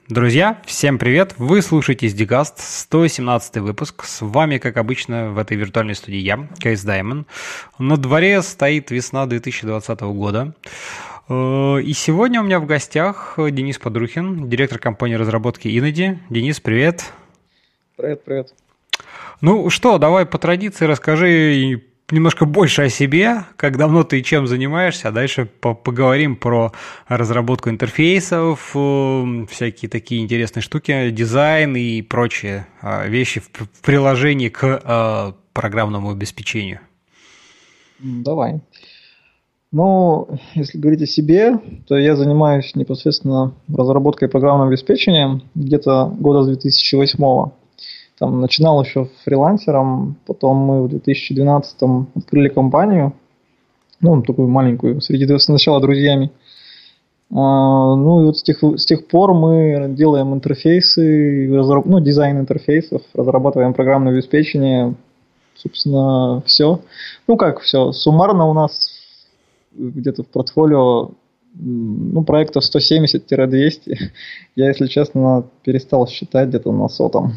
Друзья, всем привет! Вы слушаете SDCast, 117 выпуск. С вами, как обычно, в этой виртуальной студии я, Кейс Даймон. На дворе стоит весна 2020 года. И сегодня у меня в гостях Денис Подрухин, директор компании разработки Inody. Денис, привет! Привет. Ну что, давай по традиции расскажи немножко больше о себе, как давно ты чем занимаешься, а дальше поговорим про разработку интерфейсов, всякие такие интересные штуки, дизайн и прочие вещи в приложении к программному обеспечению. Давай. Ну, если говорить о себе, то я занимаюсь непосредственно разработкой программного обеспечения где-то года с 2008-го. Там начинал еще фрилансером, потом мы в 2012-м открыли компанию, такую маленькую, сначала друзьями. И вот с тех пор мы делаем интерфейсы, дизайн интерфейсов, разрабатываем программное обеспечение, собственно, все. Все, суммарно у нас где-то в портфолио проектов 170-200. Я, если честно, перестал считать где-то на 100-м.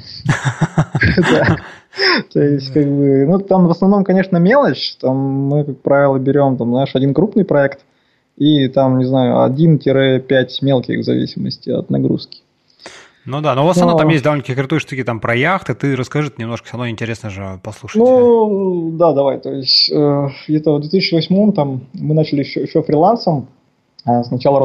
То есть, там в основном, конечно, мелочь. Там мы, как правило, берем, один крупный проект и там, 1-5 мелких в зависимости от нагрузки. Ну да, но в основном там есть довольно-таки крутые штуки там про яхты. Ты расскажи немножко, все равно интересно же послушать. Да, давай. То есть, где-то в 2008-м там мы начали еще фрилансом. Сначала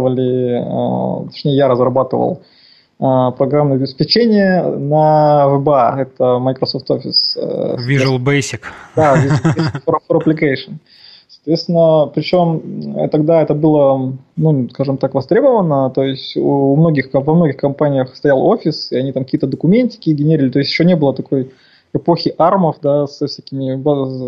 я разрабатывал программное обеспечение на VBA, это Microsoft Office. Visual Basic. Да, Visual for Application. Соответственно, причем тогда это было, скажем так, востребовано, то есть во многих компаниях стоял офис, и они там какие-то документики генерили, то есть еще не было такой эпохи армов, да, со всякими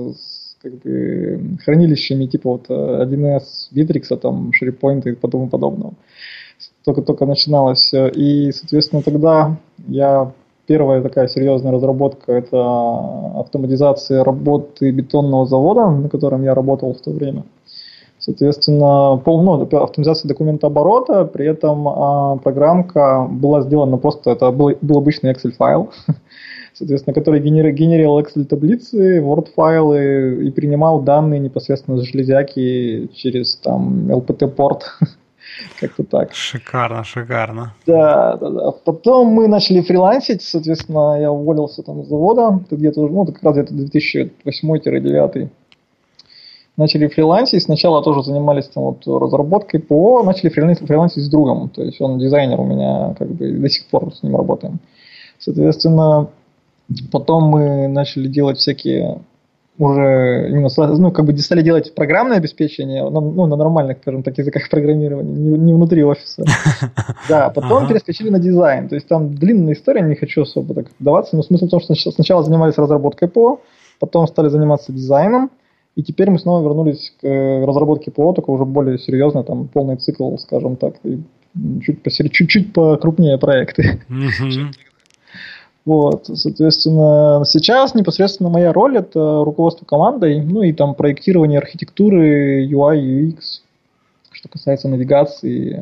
хранилищами типа 1С, Bittrex, там, SharePoint и тому подобного. Только начиналось все. И, соответственно, тогда первая такая серьезная разработка – это автоматизация работы бетонного завода, на котором я работал в то время. Соответственно, автоматизация документооборота, при этом программка была сделана просто, это был обычный Excel-файл, соответственно, который генерировал Excel-таблицы, Word-файлы и принимал данные непосредственно с железяки через LPT-порт. Как-то так. Шикарно. Да. Потом мы начали фрилансить, соответственно, я уволился с завода, как раз где-то 2008-2009. Начали фрилансить, сначала тоже занимались разработкой ПО, начали фрилансить с другом, то есть он дизайнер у меня, до сих пор с ним работаем. Соответственно, потом мы начали делать всякие уже стали делать программное обеспечение на нормальных, скажем так, языках программирования, не внутри офиса. Да, потом перескочили на дизайн. То есть там длинная история, не хочу особо так вдаваться, но смысл в том, что сначала занимались разработкой ПО, потом стали заниматься дизайном, и теперь мы снова вернулись к разработке ПО, только уже более серьезно, там полный цикл, скажем так, и чуть-чуть покрупнее проекты. Соответственно, сейчас непосредственно моя роль – это руководство командой, и там проектирование архитектуры, UI, UX, что касается навигации,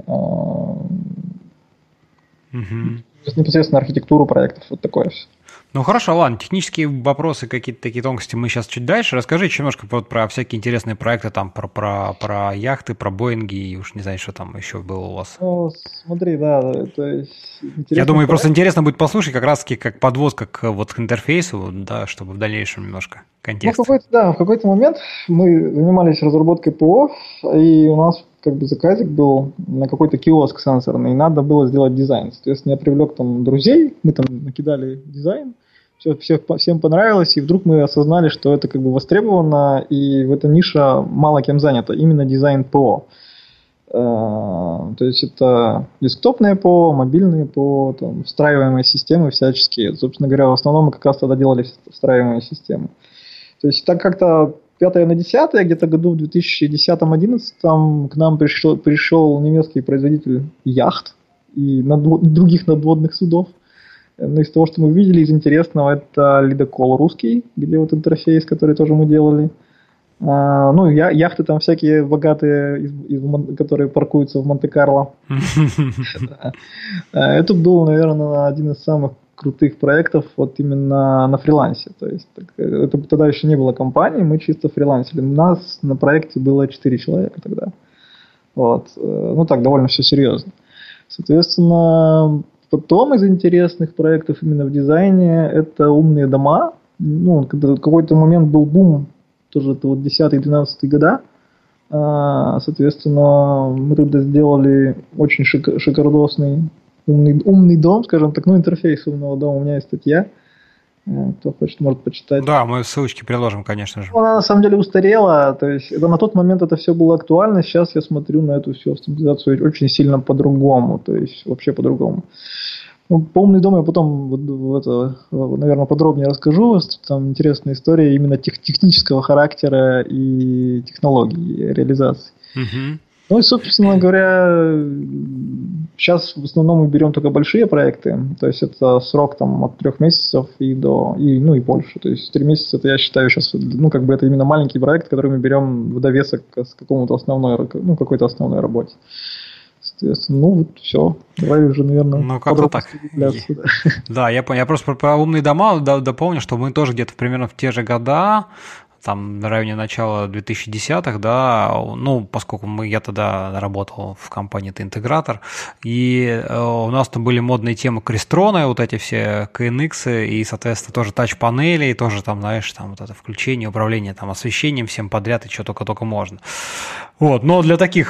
непосредственно архитектуру проектов, вот такое все. Ну хорошо, ладно, технические вопросы, какие-то такие тонкости мы сейчас чуть дальше. Расскажи еще немножко про всякие интересные проекты, там про яхты, про Боинги, и уж не знаю, что там еще было у вас. Смотри, да, это я думаю, просто интересно будет послушать как раз-таки как подводка к интерфейсу, да, чтобы в дальнейшем немножко контекст. В какой-то момент мы занимались разработкой ПО, и у нас заказик был на какой-то киоск сенсорный, и надо было сделать дизайн. Соответственно, я привлек друзей, мы накидали дизайн, всем понравилось, и вдруг мы осознали, что это востребовано, и эта ниша мало кем занята, именно дизайн ПО. То есть это десктопные ПО, мобильные ПО, встраиваемые системы всяческие. Собственно говоря, в основном мы как раз тогда делали встраиваемые системы. То есть так как-то 5 на 10, где-то году в 2010-2011 к нам пришел немецкий производитель яхт и других надводных судов. Но из того, что мы видели из интересного, это ледокол русский, где интерфейс, который тоже мы делали. Ну, яхты там всякие богатые, которые паркуются в Монте-Карло. Это был, наверное, один из самых крутых проектов вот именно на фрилансе. То есть это тогда еще не было компании, мы чисто фрилансили. У нас на проекте было 4 человека тогда. Вот. Ну так, довольно все серьезно. Соответственно, потом из интересных проектов именно в дизайне это умные дома. Ну, когда в какой-то момент был бум, тоже это вот 10-12 года. Соответственно, мы тогда сделали очень шикардосный умный дом, скажем так, ну, интерфейс умного дома. У меня есть статья. Кто хочет, может почитать. Да, мы ссылочки приложим, конечно же. Она на самом деле устарела, то есть на тот момент это все было актуально, сейчас я смотрю на эту всю автоматизацию очень сильно по-другому, то есть вообще по-другому. Ну, по умный дом я потом, наверное, подробнее расскажу, там интересная история именно технического характера и технологий реализации. Угу. Ну и, собственно говоря, сейчас в основном мы берем только большие проекты, то есть это срок там от 3 месяцев и больше, то есть 3 месяца это я считаю сейчас, ну как бы это именно маленький проект, который мы берем в довесок к какому-то какой-то основной работе. Соответственно, ну вот все, давай уже, наверное, ну, как-то так. Да, я понял. Я просто про умные дома дополню, что мы тоже где-то примерно в те же года, там на районе начала 2010-х, да, ну, поскольку я тогда работал в компании «Интегратор», и у нас там были модные темы Crestron, вот эти все KNX, и, соответственно, тоже тач-панели, и тоже там, знаешь, там вот это включение, управление там освещением всем подряд, и что только можно. Вот, но для таких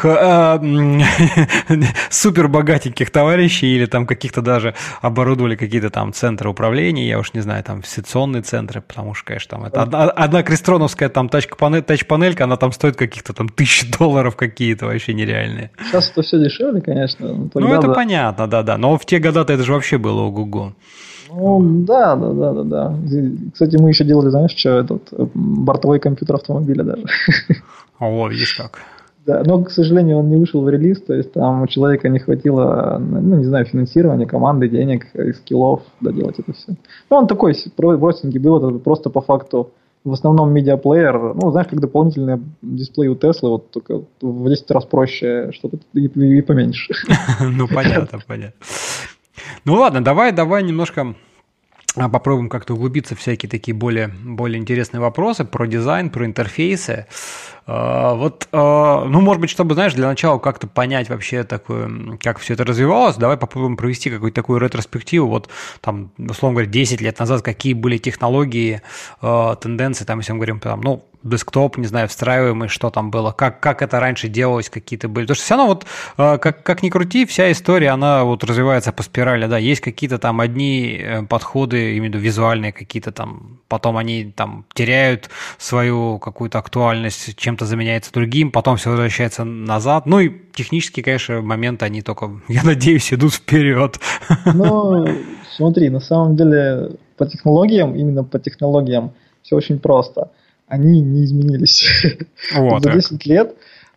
супер богатеньких товарищей или там каких-то даже оборудовали какие-то там центры управления, я уж не знаю, там секционные центры, потому что, конечно, там это одна крестроновская там тач-панелька, она там стоит каких-то там $1000 какие-то вообще нереальные. Сейчас это все дешевле, конечно. Ну, это понятно, да, но в те года-то это же вообще было ого-го. Ну, да. Кстати, мы еще делали, знаешь, что, бортовой компьютер автомобиля даже. О, видишь как. Да, но, к сожалению, он не вышел в релиз, то есть там у человека не хватило, ну, не знаю, финансирования, команды, денег и скиллов доделать это все. Ну, он такой простенький был, это просто по факту в основном медиаплеер, ну, знаешь, как дополнительный дисплей у Теслы, вот только в 10 раз проще, что-то и поменьше. Ну, понятно. Ну, ладно, давай немножко попробуем как-то углубиться в всякие такие более интересные вопросы про дизайн, про интерфейсы. Вот, ну, может быть, чтобы, знаешь, для начала как-то понять вообще такое, как все это развивалось, давай попробуем провести какую-то такую ретроспективу. Вот там, условно говоря, 10 лет назад какие были технологии, тенденции, там, если мы говорим, там, ну, десктоп, не знаю, встраиваемый, что там было, как это раньше делалось, какие-то были. Потому что все равно вот, как ни крути, вся история, она вот развивается по спирали, да, есть какие-то там одни подходы, именно визуальные какие-то там, потом они там теряют свою какую-то актуальность, чем-то заменяется другим, потом все возвращается назад. Ну и технические, конечно, моменты, они только, я надеюсь, идут вперед. Ну, смотри, на самом деле по технологиям все очень просто. Они не изменились. Вот, за 10 лет,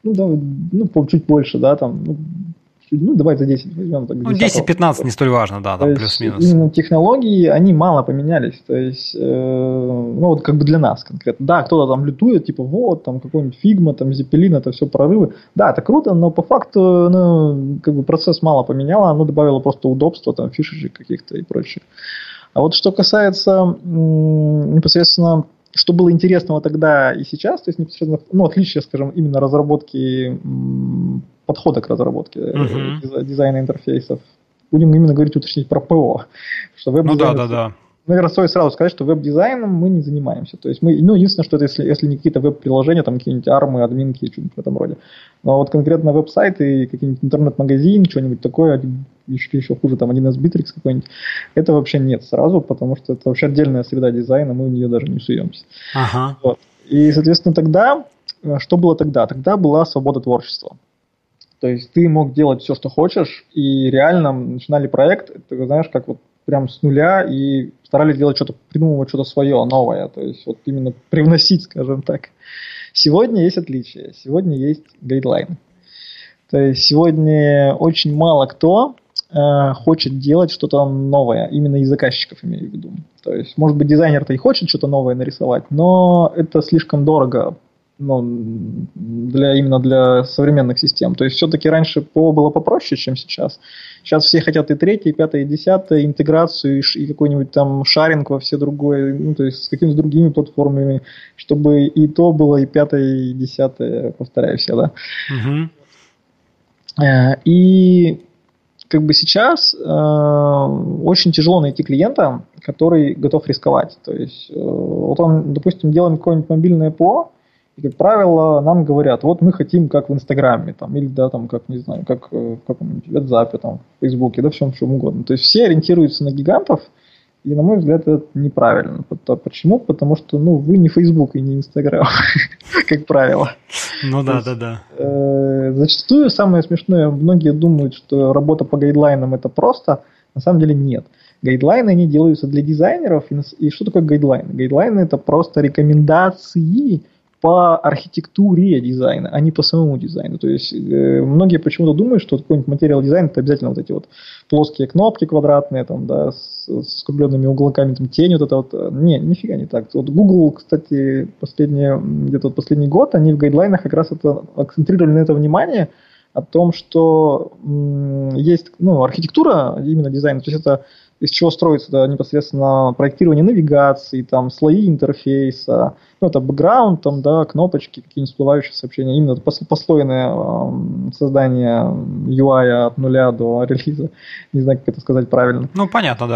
чуть больше, да, там, давай за 10 возьмем. Так, 10-15 не столь важно, да, там плюс-минус. Именно технологии, они мало поменялись, то есть, вот как бы для нас конкретно. Да, кто-то там лютует, типа, вот, там какой-нибудь Figma, там Zeppelin, это все прорывы. Да, это круто, но по факту, как бы процесс мало поменяло, оно добавило просто удобства, там, фишечек каких-то и прочее. А вот что касается непосредственно что было интересного тогда и сейчас, то есть непосредственно, отличие, скажем, именно разработки, подхода к разработке дизайна интерфейсов. Будем именно говорить, уточнить про ПО. Что да. Наверное, стоит сразу сказать, что веб-дизайном мы не занимаемся. То есть мы, единственное, что это если не какие-то веб-приложения, там какие-нибудь армы, админки, что-нибудь в этом роде. Но вот конкретно веб-сайты, какие-нибудь интернет-магазин, что-нибудь такое, еще хуже, там 1С Bittrex какой-нибудь, это вообще нет сразу, потому что это вообще отдельная среда дизайна, мы в нее даже не суемся. Ага. Вот. И, соответственно, тогда, что было тогда? Тогда была свобода творчества. То есть ты мог делать все, что хочешь, и реально начинали проект, ты знаешь, как вот прям с нуля, и старались делать что-то, придумывать что-то свое, новое, то есть вот именно привносить, скажем так. Сегодня есть отличие, сегодня есть гайдлайн. То есть сегодня очень мало кто хочет делать что-то новое, именно из заказчиков имею в виду. То есть, может быть, дизайнер-то и хочет что-то новое нарисовать, но это слишком дорого ну, именно для современных систем. То есть все-таки раньше ПО было попроще, чем сейчас. Сейчас все хотят и третье, и пятое, и десятое, интеграцию, и какой-нибудь там шаринг во все другое, ну, то есть с какими-то другими платформами, чтобы и то было, и пятое, и десятое, повторяю все, да. И как бы сейчас очень тяжело найти клиента, который готов рисковать. То есть вот он, допустим, делает какое-нибудь мобильное ПО, и, как правило, нам говорят, вот мы хотим как в Инстаграме, там, или да, там, как, не знаю, как в каком-нибудь WhatsApp, там, в Фейсбуке, да, в чем угодно. То есть все ориентируются на гигантов, и, на мой взгляд, это неправильно. Почему? Потому что, ну, вы не Facebook и не Instagram, как правило. Ну да. Зачастую самое смешное, многие думают, что работа по гайдлайнам это просто, на самом деле нет. Гайдлайны, они делаются для дизайнеров, и что такое гайдлайны? Гайдлайны это просто рекомендации по архитектуре дизайна, а не по самому дизайну. То есть многие почему-то думают, что какой-нибудь материал дизайн это обязательно вот эти вот плоские кнопки квадратные, там, да, с скругленными уголками, там, тень, вот это вот. Не, нифига не так. Вот Google, кстати, где-то последний год, они в гайдлайнах как раз это акцентрировали на это внимание, о том, что есть, ну, архитектура именно дизайна, то есть это из чего строится это непосредственно проектирование навигации, там, слои интерфейса, ну, это бэкграунд, там, да, кнопочки, какие-нибудь всплывающие сообщения, именно послойное создание UI от нуля до релиза, не знаю, как это сказать правильно. Ну, понятно,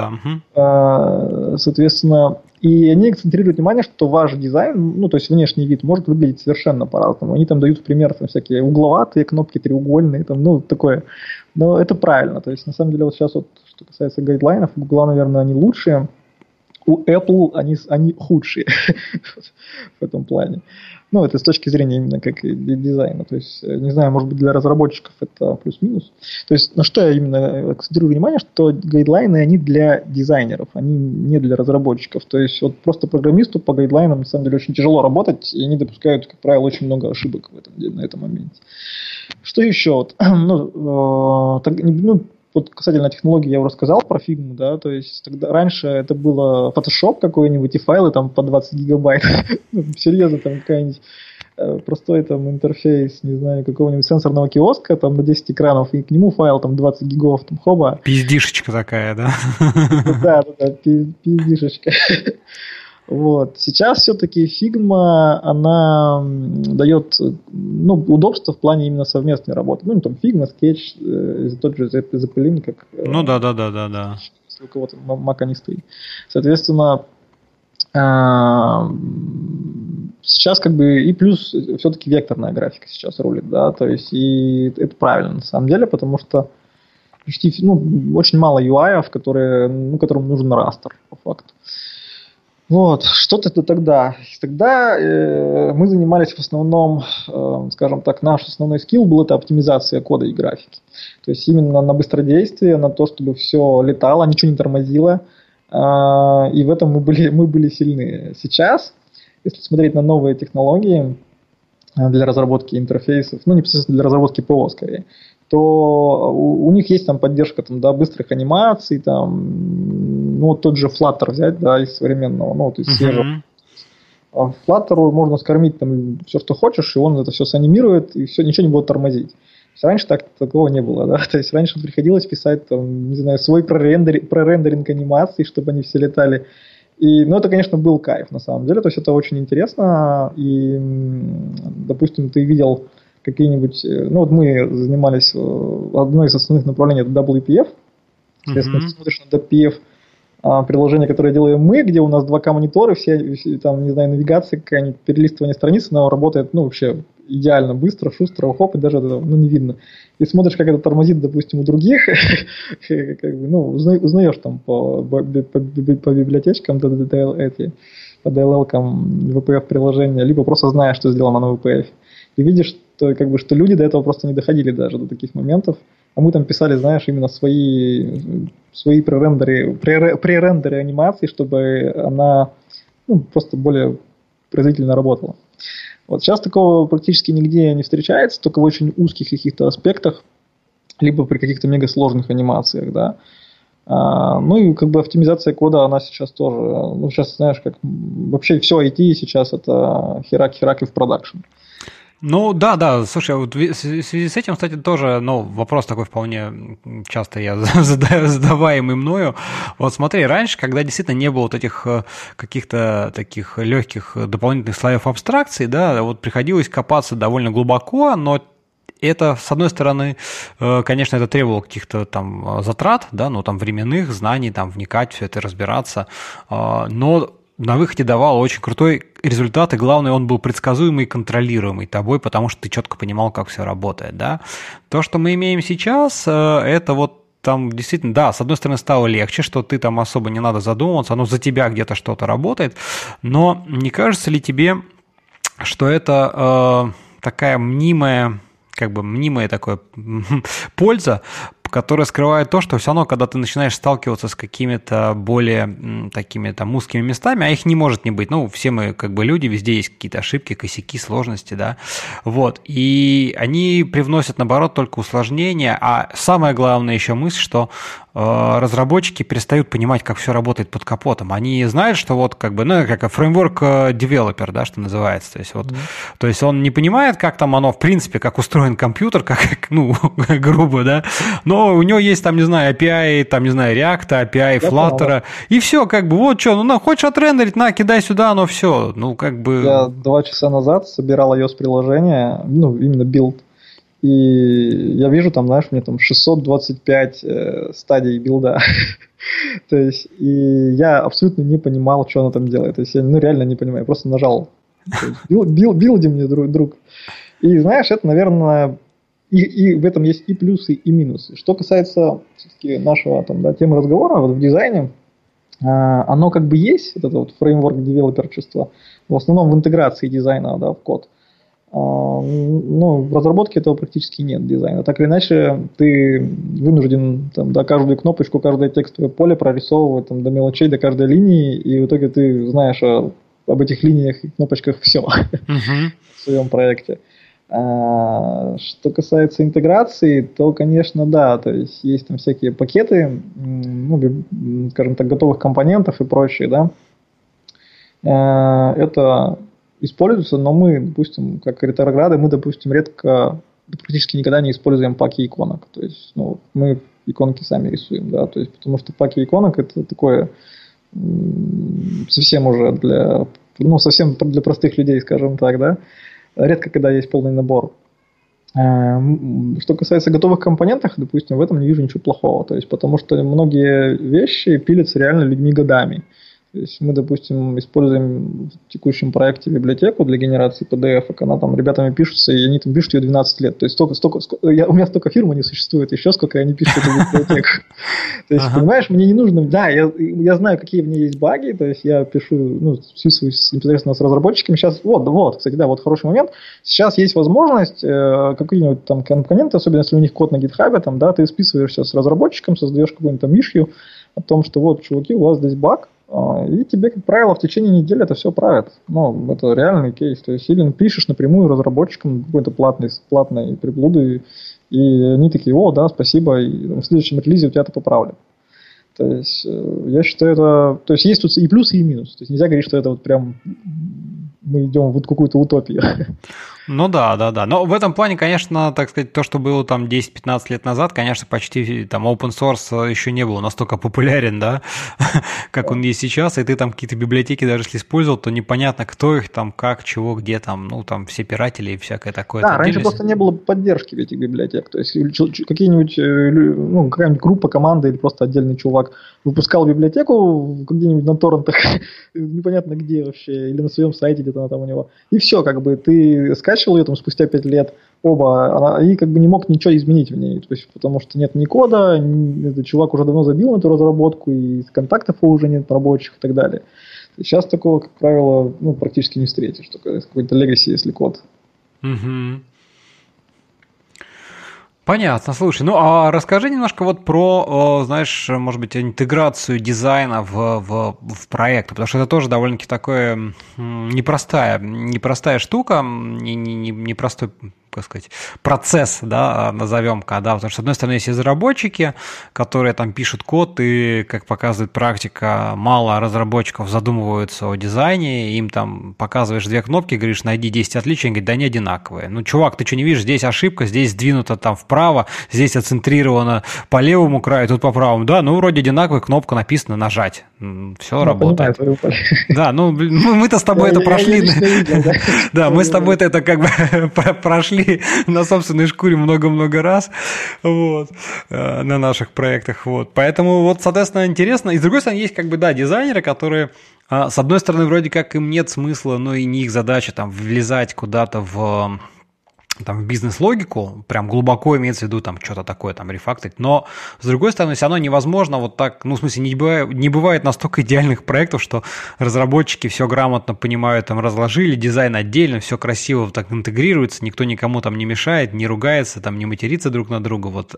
да. Соответственно, и они акцентрируют внимание, что ваш дизайн, ну, то есть внешний вид может выглядеть совершенно по-разному. Они там дают в пример там, всякие угловатые кнопки, треугольные, там, ну, такое. Но это правильно. То есть, на самом деле, вот сейчас вот, что касается гайдлайнов, у Google, наверное, они лучшие, у Apple они худшие в этом плане. Ну, это с точки зрения именно как дизайна. То есть, не знаю, может быть, для разработчиков это плюс-минус. То есть, на что я именно акцентирую внимание, что гайдлайны, они для дизайнеров, они не для разработчиков. То есть, вот просто программисту по гайдлайнам, на самом деле, очень тяжело работать, и они допускают, как правило, очень много ошибок на этом моменте. Что еще? Вот, вот касательно технологий я уже рассказал про Figma, да, то есть тогда раньше это было Photoshop какой-нибудь и файлы там по 20 гигабайт, серьезно, там какой-нибудь простой там интерфейс, не знаю, какого-нибудь сенсорного киоска там на 10 экранов, и к нему файл там 20 гигов, там хоба. Пиздишечка такая, да? Да, пиздишечка. Вот. Сейчас все-таки Figma, она дает, ну, удобство в плане именно совместной работы. Ну, там Figma, Sketch, тот же Zeppelin, как... Ну, да. Если у кого-то Mac не стоит. Соответственно, сейчас как бы и плюс все-таки векторная графика сейчас рулит, да, то есть и это правильно на самом деле, потому что почти, ну, очень мало UI, которым нужен растер, по факту. Вот, что-то тогда. Тогда мы занимались в основном, скажем так, наш основной скилл был это оптимизация кода и графики. То есть именно на быстродействие, на то, чтобы все летало, ничего не тормозило. И в этом мы были сильны. Сейчас, если смотреть на новые технологии для разработки интерфейсов, ну, непосредственно для разработки ПО скорее, то у них есть там поддержка там, да, быстрых анимаций, там, ну, вот тот же Flutter взять, да, из современного, ну, вот из свежего. А Flutter можно скормить там все, что хочешь, и он это все санимирует, и все, ничего не будет тормозить. То есть раньше такого не было, да, то есть раньше приходилось писать там, не знаю, свой прорендеринг анимаций, чтобы они все летали. И, ну, это, конечно, был кайф на самом деле, то есть это очень интересно, и, допустим, ты видел какие-нибудь, ну, вот мы занимались, одно из основных направлений это WPF, соответственно, ты смотришь на WPF приложение, которое делаем мы, где у нас 2К мониторы, все там, не знаю, навигация, какая-нибудь перелистывание страницы, она работает, ну, вообще идеально, быстро, шустро, хоп, и даже это, ну, не видно. И смотришь, как это тормозит, допустим, у других, ну, узнаешь там по библиотечкам, по DLL-кам VPF-приложения, либо просто знаешь, что сделано на VPF. И видишь, что, как бы, что люди до этого просто не доходили даже до таких моментов. А мы там писали, знаешь, именно свои пререндеры анимации, чтобы она, ну, просто более производительно работала. Вот сейчас такого практически нигде не встречается, только в очень узких каких-то аспектах, либо при каких-то мегасложных анимациях, да. Ну и как бы оптимизация кода, она сейчас тоже, ну сейчас знаешь, как вообще все IT сейчас это херак и в продакшн. Ну, да, слушай, вот в связи с этим, кстати, тоже, ну, вопрос такой вполне часто я задаваемый мною. Вот смотри, раньше, когда действительно не было вот этих каких-то таких легких дополнительных слоев абстракции, да, вот приходилось копаться довольно глубоко, но это, с одной стороны, конечно, это требовало каких-то там затрат, да, ну, там, временных знаний, там, вникать, все это разбираться, но на выходе давал очень крутой результат, и главное, он был предсказуемый и контролируемый тобой, потому что ты четко понимал, как все работает, да. То, что мы имеем сейчас, это вот там действительно, да, с одной стороны, стало легче, что ты там особо не надо задумываться, оно за тебя где-то что-то работает, но не кажется ли тебе, что это такая мнимая такая польза, которая скрывает то, что все равно, когда ты начинаешь сталкиваться с какими-то более такими там узкими местами, а их не может не быть, ну, все мы как бы люди, везде есть какие-то ошибки, косяки, сложности, да, вот, и они привносят, наоборот, только усложнения, а самое главное еще мысль, что разработчики перестают понимать, как все работает под капотом. Они знают, что вот как бы, ну, как фреймворк девелопер, да, что называется. То есть, вот, то есть он не понимает, как там оно, в принципе, как устроен компьютер, как, ну, грубо, да, но у него есть там, не знаю, API, там, не знаю, React, API, Flutter, и все, как бы, вот что, ну, хочешь отрендерить, на, кидай сюда, оно все, ну, как бы... Я 2 часа назад собирал iOS-приложение, ну, именно билд, и я вижу там, знаешь, мне там 625 стадий билда. То есть, и я абсолютно не понимал, что она там делает. То есть, я реально не понимаю. Я просто нажал. Билди мне, друг. И знаешь, это, наверное, и в этом есть и плюсы, и минусы. Что касается все-таки нашего там, да, темы разговора вот в дизайне, оно как бы есть, вот это вот фреймворк девелоперчества, в основном в интеграции дизайна, да, в код. Ну, в разработке этого практически нет дизайна. Так или иначе, ты вынужден там, да, каждую кнопочку, каждое текстовое поле прорисовывать там, до мелочей, до каждой линии, и в итоге ты знаешь об этих линиях и кнопочках все в своем проекте. Что касается интеграции, то, конечно, да, то есть там всякие пакеты, ну, скажем так, готовых компонентов и прочее, да. Это используются, но мы, допустим, как ретрограды, мы, допустим, редко, практически никогда не используем паки иконок. То есть, ну, мы иконки сами рисуем, да, то есть, потому что паки иконок это такое совсем уже для, ну, совсем для простых людей, скажем так, да. Редко, когда есть полный набор. Что касается готовых компонентов, допустим, в этом не вижу ничего плохого, то есть, потому что многие вещи пилятся реально людьми годами. То есть мы, допустим, используем в текущем проекте библиотеку для генерации PDF, она там ребятами пишутся, и они там пишут ее 12 лет. То есть у меня столько фирм не существует, еще сколько они пишут эту библиотеку. То есть, понимаешь, мне не нужно... Да, я знаю, какие в ней есть баги, то есть я пишу, ну, списываюсь непосредственно с разработчиками. Сейчас, вот, кстати, да, вот хороший момент. Сейчас есть возможность какие-нибудь там компоненты, особенно если у них код на GitHub, там, да, ты списываешься с разработчиком, создаешь какую-нибудь там ишью о том, что вот, чуваки, у вас здесь баг, и тебе, как правило, в течение недели это все правят. Ну, это реальный кейс. То есть, или пишешь напрямую разработчикам какой-то платной приблуды, и они такие, о, да, спасибо, и в следующем релизе у тебя это поправлят. То есть, я считаю, это... То есть, есть тут и плюсы, и минусы. То есть, нельзя говорить, что это вот прям мы идем в какую-то утопию. Ну да. Но в этом плане, конечно, так сказать, то, что было там 10-15 лет назад, конечно, почти там open source еще не был настолько популярен, да, как он есть сейчас, и ты там какие-то библиотеки даже если использовал, то непонятно, кто их там, как, чего, где там, ну там все пиратели и всякое такое. Да, раньше просто не было поддержки этих библиотек, то есть какие-нибудь, ну, какая-нибудь группа, команда или просто отдельный чувак выпускал библиотеку где-нибудь на торрентах, непонятно где вообще, или на своем сайте где-то там у него, и все, как бы ты скачивал ее там спустя 5 лет, и как бы не мог ничего изменить в ней, то есть, потому что нет ни кода, этот чувак уже давно забил на эту разработку, и контактов уже нет рабочих и так далее. Сейчас такого, как правило, ну, практически не встретишь, только какой-то legacy, если код. Угу. Понятно, слушай, ну а расскажи немножко вот про, знаешь, может быть, интеграцию дизайна в проект, потому что это тоже довольно-таки такая непростая штука, непростой как сказать, процесс, да, назовем-ка, да, потому что, с одной стороны, есть разработчики, которые там пишут код, и, как показывает практика, мало разработчиков задумываются о дизайне, им там показываешь две кнопки, говоришь, найди 10 отличий, они говорят, да они одинаковые. Ну, чувак, ты что не видишь, здесь ошибка, здесь сдвинуто там вправо, здесь оцентрировано по левому краю, тут по правому. Да, ну, вроде одинаковая, кнопка написано нажать. Все работает. Да, ну, мы-то с тобой это прошли. Да, мы с тобой это как бы прошли на собственной шкуре много-много раз вот, на наших проектах. Вот. Поэтому, вот, соответственно, интересно. И с другой стороны, есть как бы, да, дизайнеры, которые, с одной стороны, вроде как им нет смысла, но и не их задача там влезать куда-то в бизнес-логику, прям глубоко имеется в виду там что-то такое, там рефакторить, но с другой стороны, все равно невозможно вот так, ну, в смысле, не бывает настолько идеальных проектов, что разработчики все грамотно понимают, там разложили, дизайн отдельно, все красиво так интегрируется, никто никому там не мешает, не ругается, там не матерится друг на друга, вот.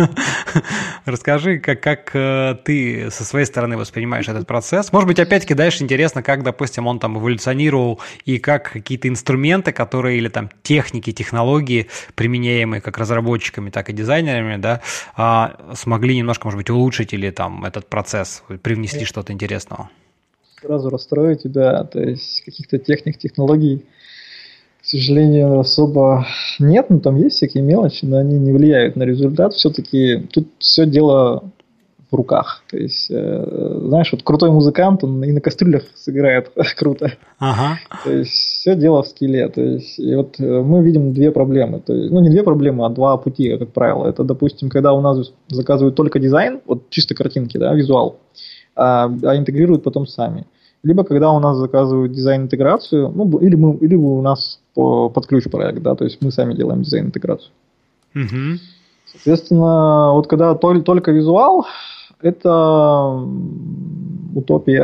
Расскажи, как ты со своей стороны воспринимаешь этот процесс. Может быть, опять-таки, дальше интересно, как, допустим, он там эволюционировал и как какие-то инструменты, которые, или там техники, технологии, применяемые как разработчиками, так и дизайнерами, да, смогли немножко, может быть, улучшить или там этот процесс, привнесли что-то интересного? Сразу расстрою тебя, то есть каких-то технологий, к сожалению, особо нет, но там есть всякие мелочи, но они не влияют на результат. Все-таки тут все дело в руках. То есть, знаешь, вот крутой музыкант, он и на кастрюлях сыграет круто. Ага. То есть, все дело в скилле. То есть, и вот мы видим две проблемы. То есть, ну, не две проблемы, а два пути, как правило. Это, допустим, когда у нас заказывают только дизайн, вот чисто картинки, да, визуал, а интегрируют потом сами. Либо когда у нас заказывают дизайн-интеграцию, ну, или у нас под ключ проект, да, то есть мы сами делаем дизайн-интеграцию. Угу. Соответственно, вот когда только визуал, это утопия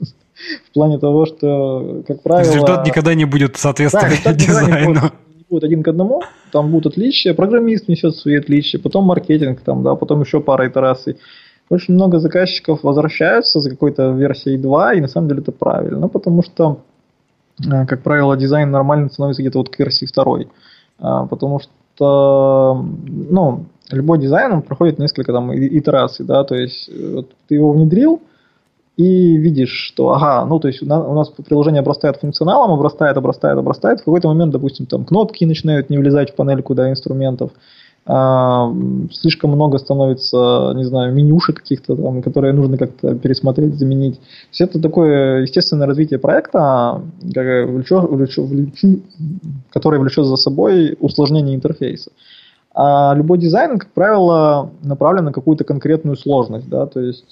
в плане того, что, как правило... Результат никогда не будет соответствовать дизайну. Не будет один к одному, там будут отличия, программист несет свои отличия, потом маркетинг, там, да, потом еще пара итераций. Очень много заказчиков возвращаются за какой-то версией 2, и на самом деле это правильно, потому что, как правило, дизайн нормально становится где-то вот к версии 2, потому что, ну, любой дизайн, он проходит несколько там итераций, да, то есть вот, ты его внедрил и видишь, что, ага, ну, то есть у нас приложение обрастает функционалом, обрастает, в какой-то момент, допустим, там кнопки начинают не влезать в панельку, да, инструментов, слишком много становится, не знаю, менюшек каких-то там, которые нужно как-то пересмотреть, заменить. То есть это такое естественное развитие проекта, которое влечет за собой усложнение интерфейса. А любой дизайн, как правило, направлен на какую-то конкретную сложность, да, то есть,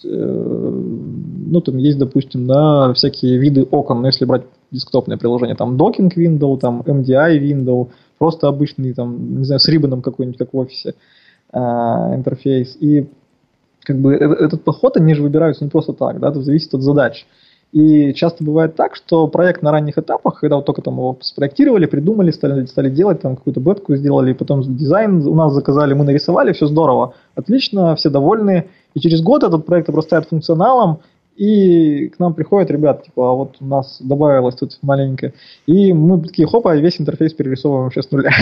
ну, там есть, допустим, да, всякие виды окон, но если брать десктопное приложение, там Docking Window, там MDI Window, просто обычный, там, не знаю, с риббоном какой-нибудь, как в офисе, интерфейс. И как бы этот подход, они же выбираются не просто так, да, это зависит от задач. И часто бывает так, что проект на ранних этапах, когда вот только там его спроектировали, придумали, стали делать, там какую-то бетку сделали, и потом дизайн у нас заказали, мы нарисовали, все здорово, отлично, все довольны. И через год этот проект обрастает функционалом, и к нам приходят ребята, типа, а вот у нас добавилось тут маленькое. И мы такие, хопа, весь интерфейс перерисовываем вообще с нуля.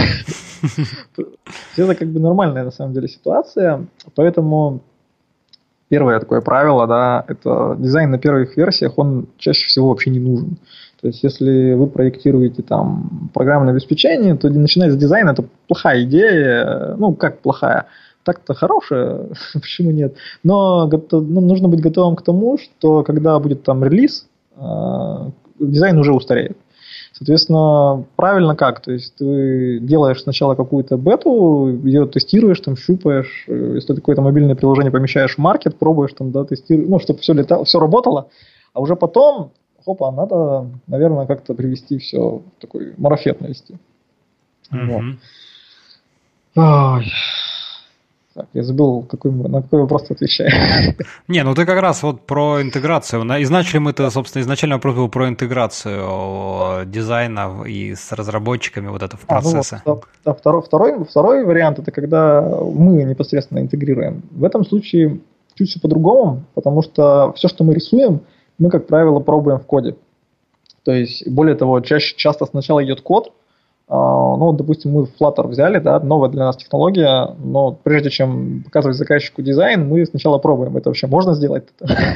Это как бы нормальная на самом деле ситуация, поэтому... Первое такое правило, да, это дизайн на первых версиях, он чаще всего вообще не нужен. То есть, если вы проектируете там программное обеспечение, то начинать с дизайна это плохая идея. Ну, как плохая? Так-то хорошая, почему нет? Но нужно быть готовым к тому, что когда будет там релиз, дизайн уже устареет. Соответственно, правильно как? То есть ты делаешь сначала какую-то бету, ее тестируешь, там щупаешь, если ты какое-то мобильное приложение помещаешь в маркет, пробуешь там, да, тестируешь, ну, чтобы все работало, а уже потом, хопа, надо, наверное, как-то привести все в такой марафет навести. Mm-hmm. Вот. Так, я забыл, на какой вопрос ты отвечаешь. Не, ну ты как раз вот про интеграцию. Мы-то, собственно, изначально вопрос был про интеграцию дизайна и с разработчиками вот это в процессы. Второй вариант – это когда мы непосредственно интегрируем. В этом случае чуть все по-другому, потому что все, что мы рисуем, мы, как правило, пробуем в коде. То есть, более того, часто сначала идет код, Ну, допустим, мы Flutter взяли, да, новая для нас технология, но прежде чем показывать заказчику дизайн, мы сначала пробуем, это вообще можно сделать?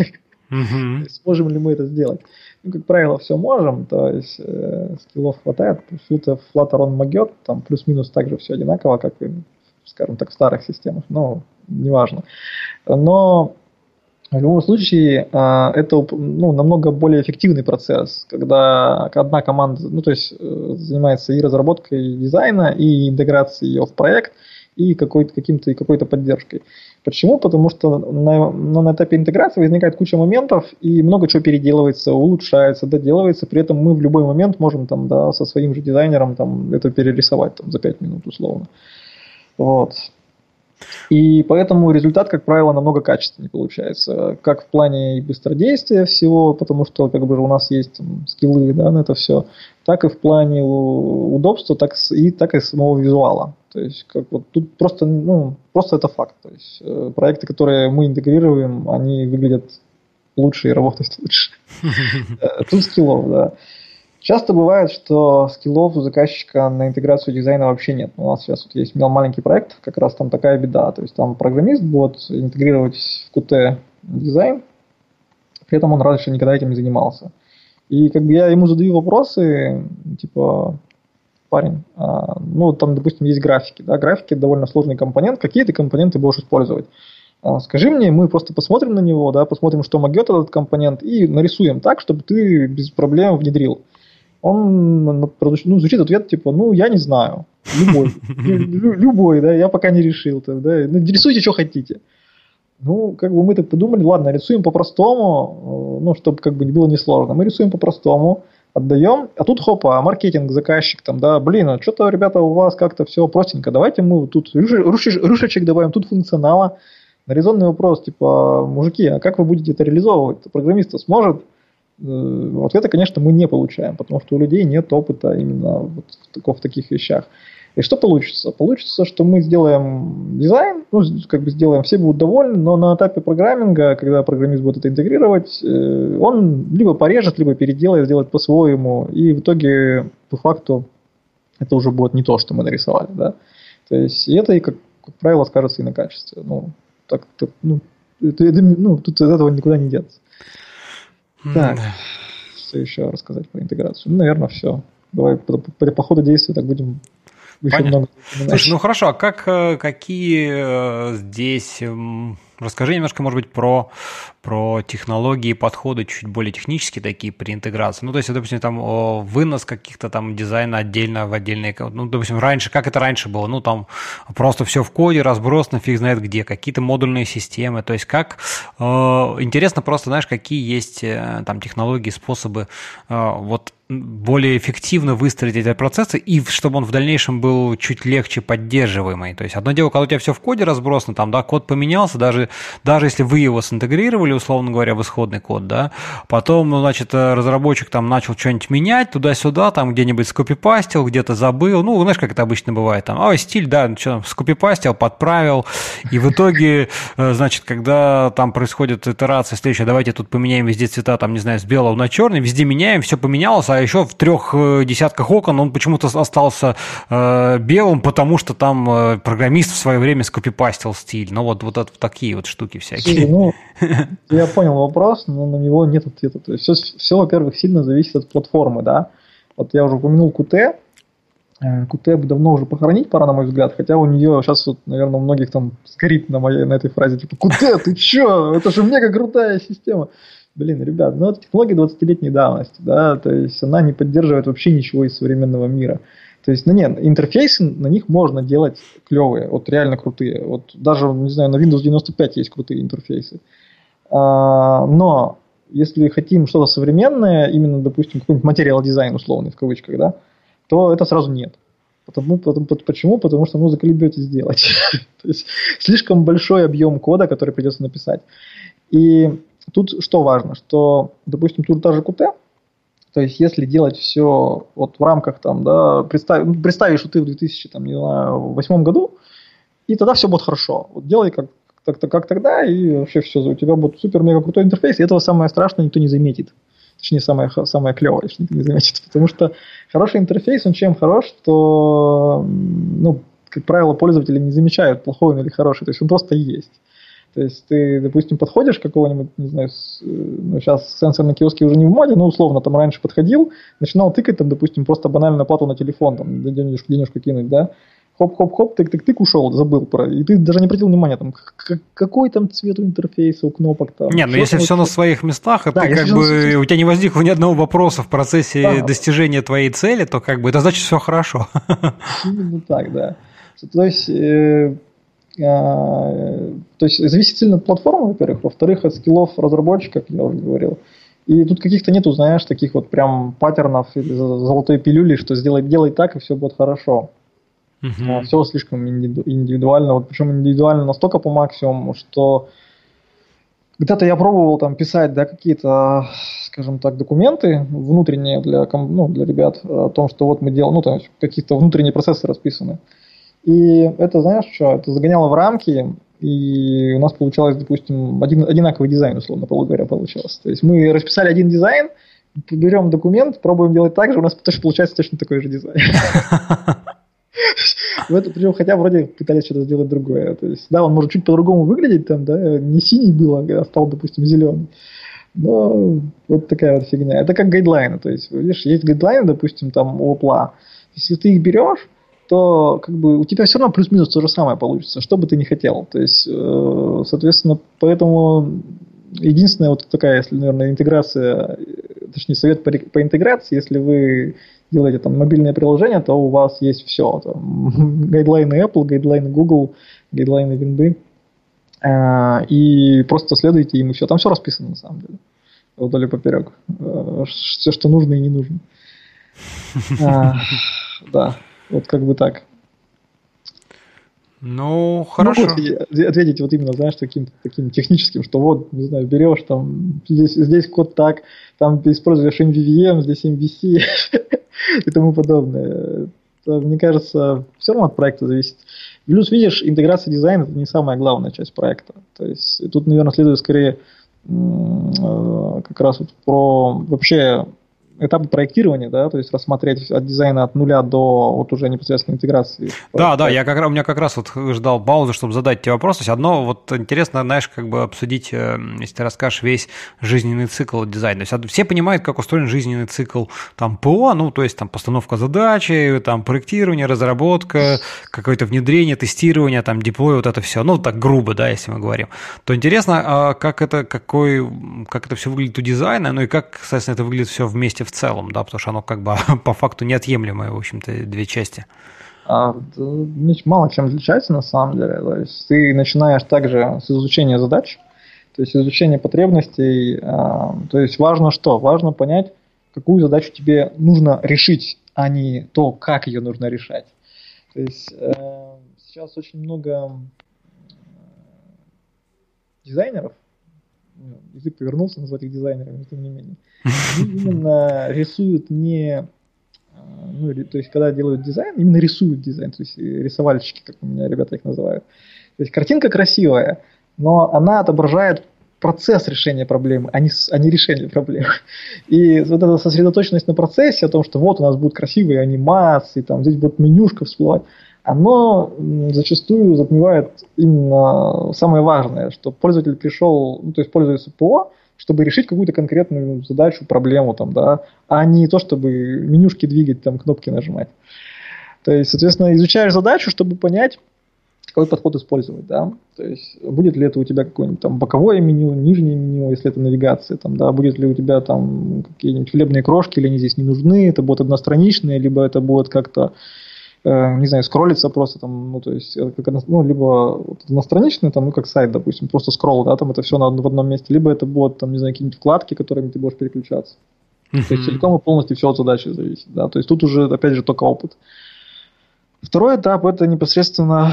Сможем ли мы это сделать? Ну, как правило, все можем, то есть скиллов хватает, Flutter он могет, там плюс-минус также все одинаково, как и, скажем так, в старых системах, но неважно. Но в любом случае, это намного более эффективный процесс, когда одна команда, то есть занимается и разработкой дизайна, и интеграцией ее в проект, и какой-то поддержкой. Почему? Потому что на этапе интеграции возникает куча моментов, и много чего переделывается, улучшается, доделывается, при этом мы в любой момент можем со своим же дизайнером это перерисовать за 5 минут условно. Вот. И поэтому результат, как правило, намного качественнее получается, как в плане быстродействия всего, потому что у нас есть скиллы, да, на это все, так и в плане удобства, так и самого визуала. То есть тут просто это факт. То есть проекты, которые мы интегрируем, они выглядят лучше и работают лучше. Тут скиллов, да. Часто бывает, что скиллов у заказчика на интеграцию дизайна вообще нет. У нас сейчас есть маленький проект, как раз там такая беда. То есть там программист будет интегрировать в Qt дизайн, при этом он раньше никогда этим не занимался. И я ему задаю вопросы, типа, парень, там, допустим, есть графики. Да? Графики – довольно сложный компонент. Какие ты компоненты будешь использовать? Скажи мне, мы просто посмотрим на него, да, посмотрим, что могет этот компонент, и нарисуем так, чтобы ты без проблем внедрил. Он звучит ответ типа, я не знаю, любой, да, я пока не решил, да, рисуйте, что хотите. Мы так подумали, ладно, рисуем по-простому, чтобы не было несложно. Мы рисуем по-простому, отдаем, а тут маркетинг, заказчик, что-то, ребята, у вас как-то все простенько, давайте мы тут рюшечек добавим, тут функционала. На резонный вопрос, типа, мужики, а как вы будете это реализовывать? Программист сможет? Ответа, конечно, мы не получаем, потому что у людей нет опыта именно в таких вещах. И что получится? Получится, что мы сделаем дизайн, сделаем, все будут довольны, но на этапе программинга, когда программист будет это интегрировать, он либо порежет, либо переделает, сделает по-своему, и в итоге, по факту, это уже будет не то, что мы нарисовали. Да? То есть, и это, как правило, скажется и на качестве. Тут от этого никуда не деться. Так, что еще рассказать про интеграцию? Наверное, все. Давай по ходу действия так будем еще много. Слушай, хорошо, а какие здесь... Расскажи немножко, может быть, про технологии, подходы чуть более технические такие при интеграции. То есть, допустим, там вынос каких-то там дизайна отдельно в отдельные... допустим, раньше, как это раньше было? Там просто все в коде, разбросано, фиг знает где, какие-то модульные системы. То есть, интересно просто, знаешь, какие есть там технологии, способы более эффективно выстроить эти процессы, и чтобы он в дальнейшем был чуть легче поддерживаемый. То есть, одно дело, когда у тебя все в коде разбросано, код поменялся, даже если вы его синтегрировали, условно говоря, в исходный код, да, потом, разработчик начал что-нибудь менять туда-сюда, где-нибудь скопипастил, где-то забыл, знаешь, как это обычно бывает, стиль, да, скопипастил, подправил, и в итоге, когда там происходит итерация следующая, давайте тут поменяем везде цвета, с белого на черный, везде меняем, все поменялось, а еще в 3 десятках окон он почему-то остался белым, потому что там программист в свое время скопипастил стиль. Вот это такие штуки всякие. Я понял вопрос, но на него нет ответа. То есть все, во-первых, сильно зависит от платформы, да. Я уже упомянул Qt. Qt бы давно уже похоронить пора, на мой взгляд, хотя у нее сейчас, наверное, у многих сгорит на этой фразе, типа, Qt, ты че? Это же мега крутая система. Ребят, это технология 20-летней давности, да, то есть она не поддерживает вообще ничего из современного мира. То есть, интерфейсы, на них можно делать клевые, реально крутые. Даже, не знаю, на Windows 95 есть крутые интерфейсы. Но если хотим что-то современное, именно, допустим, какой-нибудь материал дизайн условный, в кавычках, да, то это сразу нет. Почему? Потому что, заколебетесь сделать. То есть, слишком большой объем кода, который придется написать. И тут что важно, что, допустим, тут та же Qt, то есть если делать все в рамках, представишь, что ты в 2008 году, и тогда все будет хорошо. Делай как тогда, и вообще все, у тебя будет супер-мега крутой интерфейс, и этого самое страшное никто не заметит. Точнее, самое клевое, если никто не заметит. Потому что хороший интерфейс, он чем хорош, что, ну, как правило, пользователи не замечают, плохой он или хороший. То есть он просто есть. То есть ты, допустим, подходишь к какого-нибудь, не знаю, ну, сейчас сенсорные киоски уже не в моде, но условно там раньше подходил, начинал тыкать там, допустим, просто банально оплату на телефон, там, денежку кинуть, да, хоп-хоп-хоп, тык-тык-тык, ушел, забыл про, и ты даже не обратил внимания, там, какой там цвет у интерфейса, у кнопок там. Не, ну если все на своих местах, и да, ты как бы, у тебя не возникло ни одного вопроса в процессе достижения твоей цели, то как бы это значит все хорошо. Именно так, да. То есть зависит сильно от платформы, во-первых, во-вторых, от скиллов разработчика, как я уже говорил. И тут каких-то нету, знаешь, таких вот прям паттернов или золотой пилюли, что делай так, и все будет хорошо. Все слишком индивидуально. Вот, причем индивидуально настолько по максимуму, что когда-то я пробовал там писать, да, какие-то, скажем так, документы внутренние для ребят о том, что вот мы делаем, ну, там какие-то внутренние процессы расписаны. И это, знаешь, что? Это загоняло в рамки, и у нас получалось, допустим, одинаковый дизайн, условно говоря, получался. То есть мы расписали один дизайн, берем документ, пробуем делать так же, у нас тоже получается точно такой же дизайн. Причем хотя вроде пытались что-то сделать другое. То есть, да, он может чуть по-другому выглядеть, там, да, не синий был, а стал, допустим, зеленый. Но вот такая вот фигня. Это как гайдлайны. То есть, видишь, есть гайдлайны, допустим, там у Apple. Если ты их берешь, то как бы у тебя все равно плюс-минус то же самое получится, что бы ты ни хотел. То есть, соответственно, поэтому единственная вот такая, если, наверное, интеграция, точнее, совет по интеграции, если вы делаете там мобильное приложение, то у вас есть все. Там, гайдлайны Apple, гайдлайны Google, гайдлайны Винды. И просто следуйте им, и все. Там все расписано, на самом деле. Вдоль и поперек. Все, что нужно и не нужно. Да. Вот как бы так. Ну, хорошо. Ответить вот именно, знаешь, таким техническим, что вот, не знаю, берешь там, здесь код так, там ты используешь MVVM, здесь MVC и тому подобное. Это, мне кажется, все равно от проекта зависит. Плюс, видишь, интеграция дизайна – это не самая главная часть проекта. То есть тут, наверное, следует скорее как раз вот про вообще этапы проектирования, да, то есть рассмотреть от дизайна от нуля до вот уже непосредственно интеграции. Да, у меня как раз вот ждал паузы, чтобы задать тебе вопрос. То есть одно вот интересно, знаешь, как бы обсудить, если ты расскажешь весь жизненный цикл дизайна. То есть все понимают, как устроен жизненный цикл там ПО, ну, то есть там постановка задачи, там проектирование, разработка, какое-то внедрение, тестирование, там деплой, вот это все. Ну, так грубо, да, если мы говорим. То интересно, как это все выглядит у дизайна, ну и как, соответственно, это выглядит все вместе в целом, да, потому что оно как бы по факту неотъемлемое, в общем-то, две части. Мало чем отличается на самом деле. То есть ты начинаешь также с изучения задач, то есть изучения потребностей. То есть важно что? Важно понять, какую задачу тебе нужно решить, а не то, как ее нужно решать. То есть сейчас очень много дизайнеров, язык повернулся, назвать их дизайнерами, но тем не менее. Они именно рисуют не... Ну, то есть, когда делают дизайн, именно рисуют дизайн, то есть рисовальщики, как у меня ребята их называют. То есть картинка красивая, но она отображает процесс решения проблемы, а не решение проблемы. И вот эта сосредоточенность на процессе, о том, что вот у нас будут красивые анимации, там здесь будет менюшка всплывать, оно зачастую затмевает именно самое важное, что пользователь пришел, ну, то есть пользуется ПО, чтобы решить какую-то конкретную задачу, проблему, там, да, а не то, чтобы менюшки двигать, там, кнопки нажимать. То есть, соответственно, изучаешь задачу, чтобы понять, какой подход использовать, да, то есть будет ли это у тебя какое-нибудь там боковое меню, нижнее меню, если это навигация, там, да, будет ли у тебя там какие-нибудь хлебные крошки, или они здесь не нужны, это будут одностраничные, либо это будет как-то, не знаю, скроллиться просто там, ну, то есть, ну, либо вот одностраничный, там, ну, как сайт, допустим, просто скролл, да, там это все в одном месте, либо это будут, там, не знаю, какие-нибудь вкладки, которыми ты будешь переключаться. То есть целиком и полностью все от задачи зависит, да, то есть тут уже, опять же, только опыт. Второй этап – это непосредственно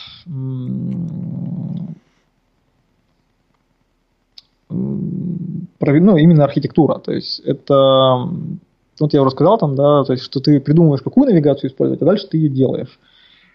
именно архитектура, то есть это, вот я уже сказал там, да, то есть что ты придумываешь, какую навигацию использовать, а дальше ты ее делаешь.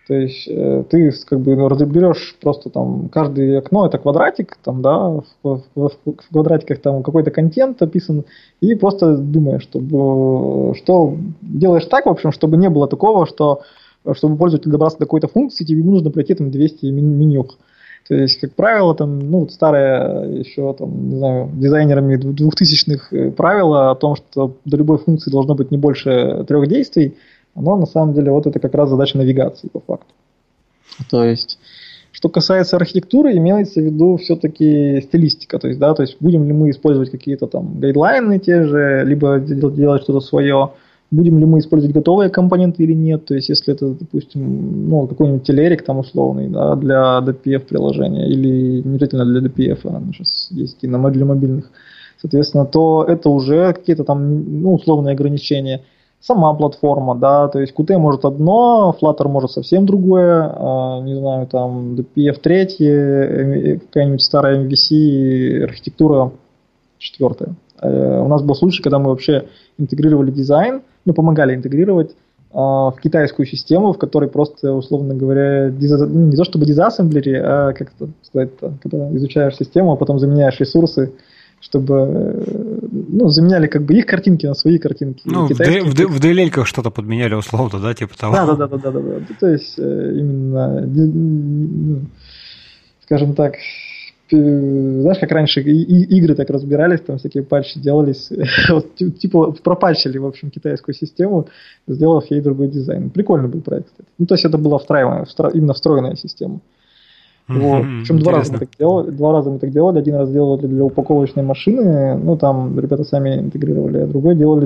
То есть ты как бы разберешь просто там каждое окно это квадратик, там, да, в квадратиках там какой-то контент описан, и просто думаешь, что делаешь так, в общем, чтобы не было такого, что чтобы пользователь добрался до какой-то функции, тебе нужно пройти там 200 меню. То есть, как правило, там, ну, старое еще, там, не знаю, дизайнерами 2000-х правило о том, что до любой функции должно быть не больше 3 действий, оно на самом деле вот это как раз задача навигации по факту. То есть, что касается архитектуры, имеется в виду все-таки стилистика. То есть, да, то есть будем ли мы использовать какие-то там гайдлайны те же, либо делать что-то свое, будем ли мы использовать готовые компоненты или нет. То есть, если это, допустим, ну, какой-нибудь телерик там условный, да, для DPF приложения, или не обязательно для DPF, а сейчас есть и для мобильных, соответственно, то это уже какие-то там, ну, условные ограничения. Сама платформа, да, то есть Qt может одно, Flutter может совсем другое, не знаю, там DPF 3, какая-нибудь старая MVC, архитектура 4. У нас был случай, когда мы вообще интегрировали дизайн, ну, помогали интегрировать в китайскую систему, в которой просто, условно говоря, не то чтобы дизассемблери, а как это сказать-то, когда изучаешь систему, а потом заменяешь ресурсы, чтобы, ну, заменяли как бы их картинки на свои картинки. Ну, в DLL-ках что-то подменяли условно, да, типа того. Да. То есть именно, скажем так, знаешь, как раньше игры так разбирались, там всякие патчи делались, вот, типа пропатчили, в общем, китайскую систему, сделав ей другой дизайн. Прикольный был проект, кстати. Ну, то есть это была именно встроенная система. Вот. Причем 2 раза мы так делали. Один раз делали для упаковочной машины, ну там ребята сами интегрировали, а другой делали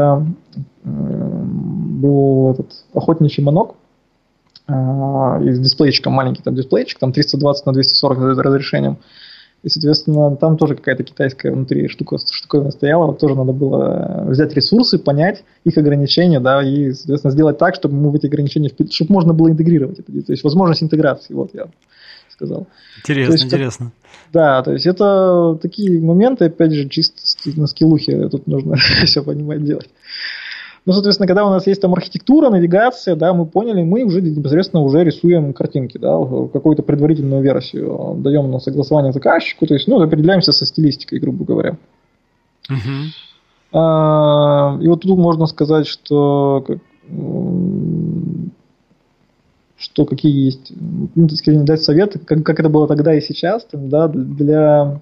был этот охотничий манок с дисплейчиком, маленький там дисплейчик, там 320 на 240 разрешением. И, соответственно, там тоже какая-то китайская внутри штуковина стояла. Вот тоже надо было взять ресурсы, понять их ограничения, да, и, соответственно, сделать так, чтобы мы в эти ограничения, чтобы можно было интегрировать это. То есть возможность интеграции, вот я сказал. Интересно. Да, то есть это такие моменты, опять же, чисто на скиллухе тут нужно все понимать делать. Ну, соответственно, когда у нас есть там архитектура, навигация, да, мы поняли, мы уже непосредственно уже рисуем картинки, да, какую-то предварительную версию даем на согласование заказчику, то есть, ну, определяемся со стилистикой, грубо говоря. И вот тут можно сказать, что какие есть, ну, так сказать, дать советы, как это было тогда и сейчас, там, да, для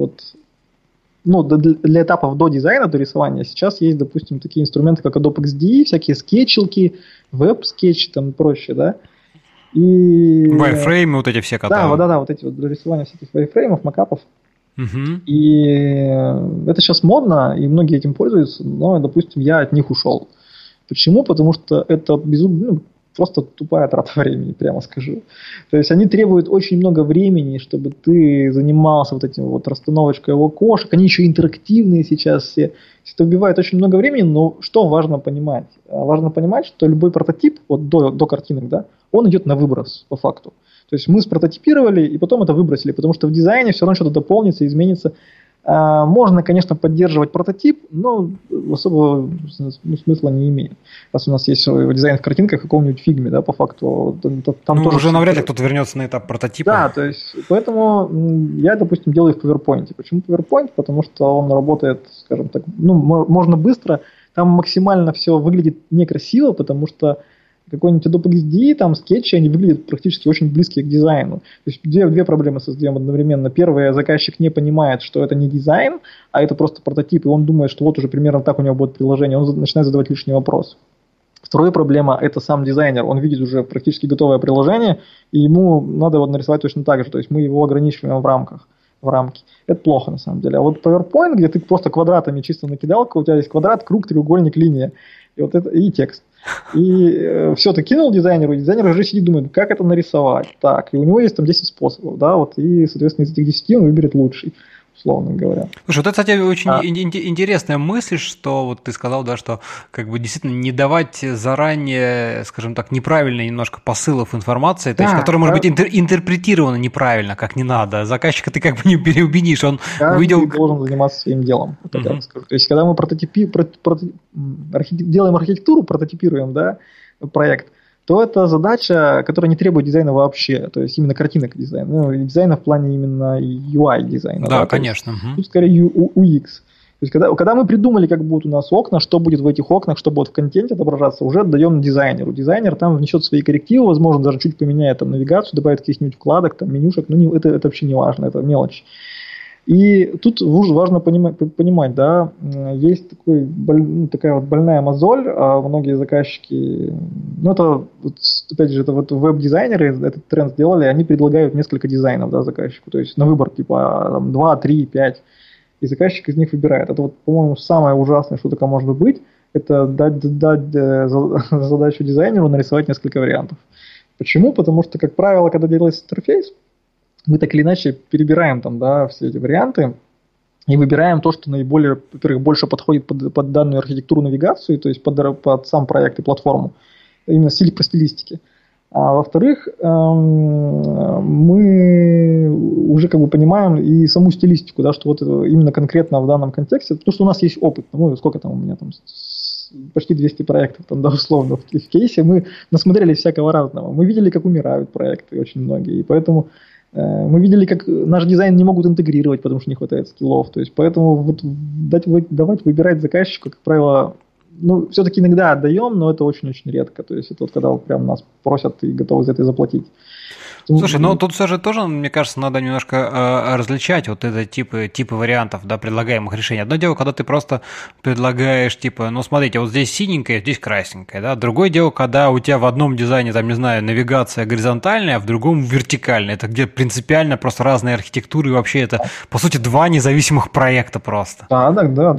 этапов до дизайна, до рисования. Сейчас есть, допустим, такие инструменты, как Adobe XD, всякие скетчилки, веб-скетчи там и прочее, да. И Wireframe, вот эти все которые. Да, вот эти вот для рисования всяких wireframe, макапов. И это сейчас модно, и многие этим пользуются, но, допустим, я от них ушел. Почему? Потому что это безумно, просто тупая трата времени, прямо скажу. То есть они требуют очень много времени, чтобы ты занимался вот этим вот расстановочкой окошек. Они еще интерактивные сейчас все. Это убивает очень много времени, но что важно понимать? Важно понимать, что любой прототип, вот до картинок, да, он идет на выброс по факту. То есть мы спрототипировали и потом это выбросили, потому что в дизайне все равно что-то дополнится, изменится. Можно, конечно, поддерживать прототип, но особого смысла не имеет. Раз у нас есть дизайн в картинках в каком-нибудь фигме, да, по факту. Там тоже уже навряд ли кто-то вернется на этап прототипа. Да, то есть, поэтому я, допустим, делаю в PowerPoint. Почему PowerPoint? Потому что он работает, скажем так, ну, можно быстро, там максимально все выглядит некрасиво, потому что какой-нибудь Adobe XD, там скетчи, они выглядят практически очень близкие к дизайну. То есть две проблемы создаем одновременно. Первая, заказчик не понимает, что это не дизайн, а это просто прототип, и он думает, что вот уже примерно так у него будет приложение, он начинает задавать лишний вопрос. Вторая проблема – это сам дизайнер. Он видит уже практически готовое приложение, и ему надо его нарисовать точно так же. То есть мы его ограничиваем в рамки. Это плохо на самом деле. А вот PowerPoint, где ты просто квадратами чисто накидал, у тебя есть квадрат, круг, треугольник, линия, и вот это и текст. И все, ты кинул дизайнеру, и дизайнер уже сидит, думает, как это нарисовать. Так, и у него есть там 10 способов, да, вот, и, соответственно, из этих 10 он выберет лучший, условно говоря. Слушай, вот это, кстати, очень интересная мысль, что вот ты сказал, да, что как бы действительно не давать заранее, скажем так, неправильно немножко посылов информации, то есть, которая может быть интерпретирована неправильно, как не надо. Заказчика ты как бы не переубедишь, он увидел... Ты должен заниматься своим делом, вот так я скажу. То есть, когда мы делаем архитектуру, прототипируем, да, проект, то это задача, которая не требует дизайна вообще, то есть именно картинок дизайна, ну, дизайна в плане именно UI дизайна. Да, конечно. Тут скорее UX. То есть когда мы придумали, как будут у нас окна, что будет в этих окнах, что будет в контенте отображаться, уже отдаем дизайнеру. Дизайнер там внесет свои коррективы, возможно, даже чуть поменяет там навигацию, добавит каких-нибудь вкладок, там, менюшек, но это вообще не важно, это мелочь. И тут важно понимать, да, есть такая вот больная мозоль, а многие заказчики, ну это, вот, опять же, это вот веб-дизайнеры этот тренд сделали, они предлагают несколько дизайнов, да, заказчику, то есть на выбор типа там, 2, 3, 5, и заказчик из них выбирает. Это вот, по-моему, самое ужасное, что только может быть, это дать задачу дизайнеру нарисовать несколько вариантов. Почему? Потому что, как правило, когда делается интерфейс, мы так или иначе перебираем там, да, все эти варианты и выбираем то, что наиболее, во-первых, больше подходит под данную архитектуру навигацию, то есть под сам проект и платформу, именно по стилистике. А во-вторых, мы уже как бы понимаем и саму стилистику, да, что вот именно конкретно в данном контексте, потому что у нас есть опыт, ну, сколько там у меня там, почти 200 проектов, там, да, условно, в кейсе, мы насмотрели всякого разного, мы видели, как умирают проекты очень многие, и поэтому мы видели, как наш дизайн не могут интегрировать, потому что не хватает скиллов. То есть, поэтому вот давать выбирать заказчику, как правило, ну, все-таки иногда отдаем, но это очень-очень редко. То есть, это вот когда вот прям нас просят и готовы за это заплатить. Слушай, ну тут все же тоже, мне кажется, надо немножко различать вот это типы вариантов, да, предлагаемых решений. Одно дело, когда ты просто предлагаешь, типа, ну, смотрите, вот здесь синенькое, здесь красненькое, да. Другое дело, когда у тебя в одном дизайне, там, не знаю, навигация горизонтальная, а в другом вертикальная. Это где принципиально просто разные архитектуры, и вообще это, по сути, два независимых проекта просто. Да.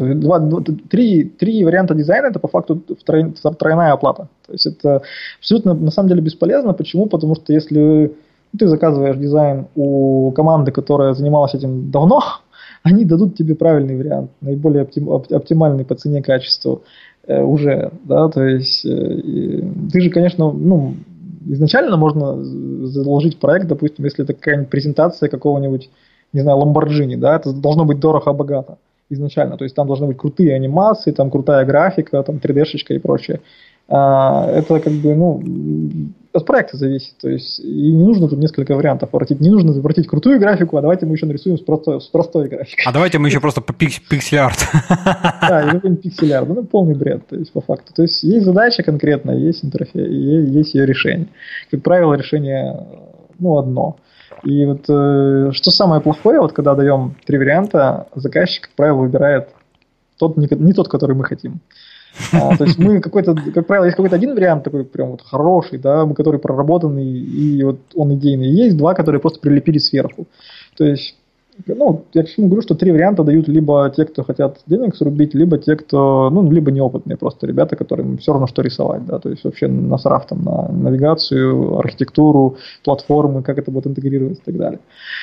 Три варианта дизайна – это по факту тройная оплата. То есть, это абсолютно, на самом деле, бесполезно. Почему? Потому что если ты заказываешь дизайн у команды, которая занималась этим давно, они дадут тебе правильный вариант, наиболее оптимальный по цене качеству уже, да, то есть ты же, конечно, ну, изначально можно заложить проект, допустим, если это какая-нибудь презентация какого-нибудь, не знаю, Lamborghini, да, это должно быть дорого-богато изначально, то есть там должны быть крутые анимации, там крутая графика, там 3D-шечка и прочее. Это как бы, ну, от проекта зависит, то есть и не нужно тут несколько вариантов воротить, не нужно воротить крутую графику, а давайте мы еще нарисуем с простой графикой. А давайте мы еще просто по пиксель-арт. Да, или какой-нибудь пиксель-арт, ну, полный бред, то есть по факту. То есть есть задача конкретная, есть интерфейс, есть ее решение. Как правило, решение, ну, одно. И вот что самое плохое, вот когда даем три варианта, заказчик, как правило, выбирает не тот, который мы хотим. То есть мы как правило, есть какой-то один вариант такой прям вот хороший, да, который проработанный, и вот он идейный. И есть два, которые просто прилепили сверху. То есть, ну, я к чему говорю, что три варианта дают либо те, кто хотят денег срубить, либо те, кто, ну, либо неопытные просто ребята, которым все равно что рисовать, да, то есть вообще насрав там на навигацию, архитектуру, платформы, как это будет интегрироваться и так далее.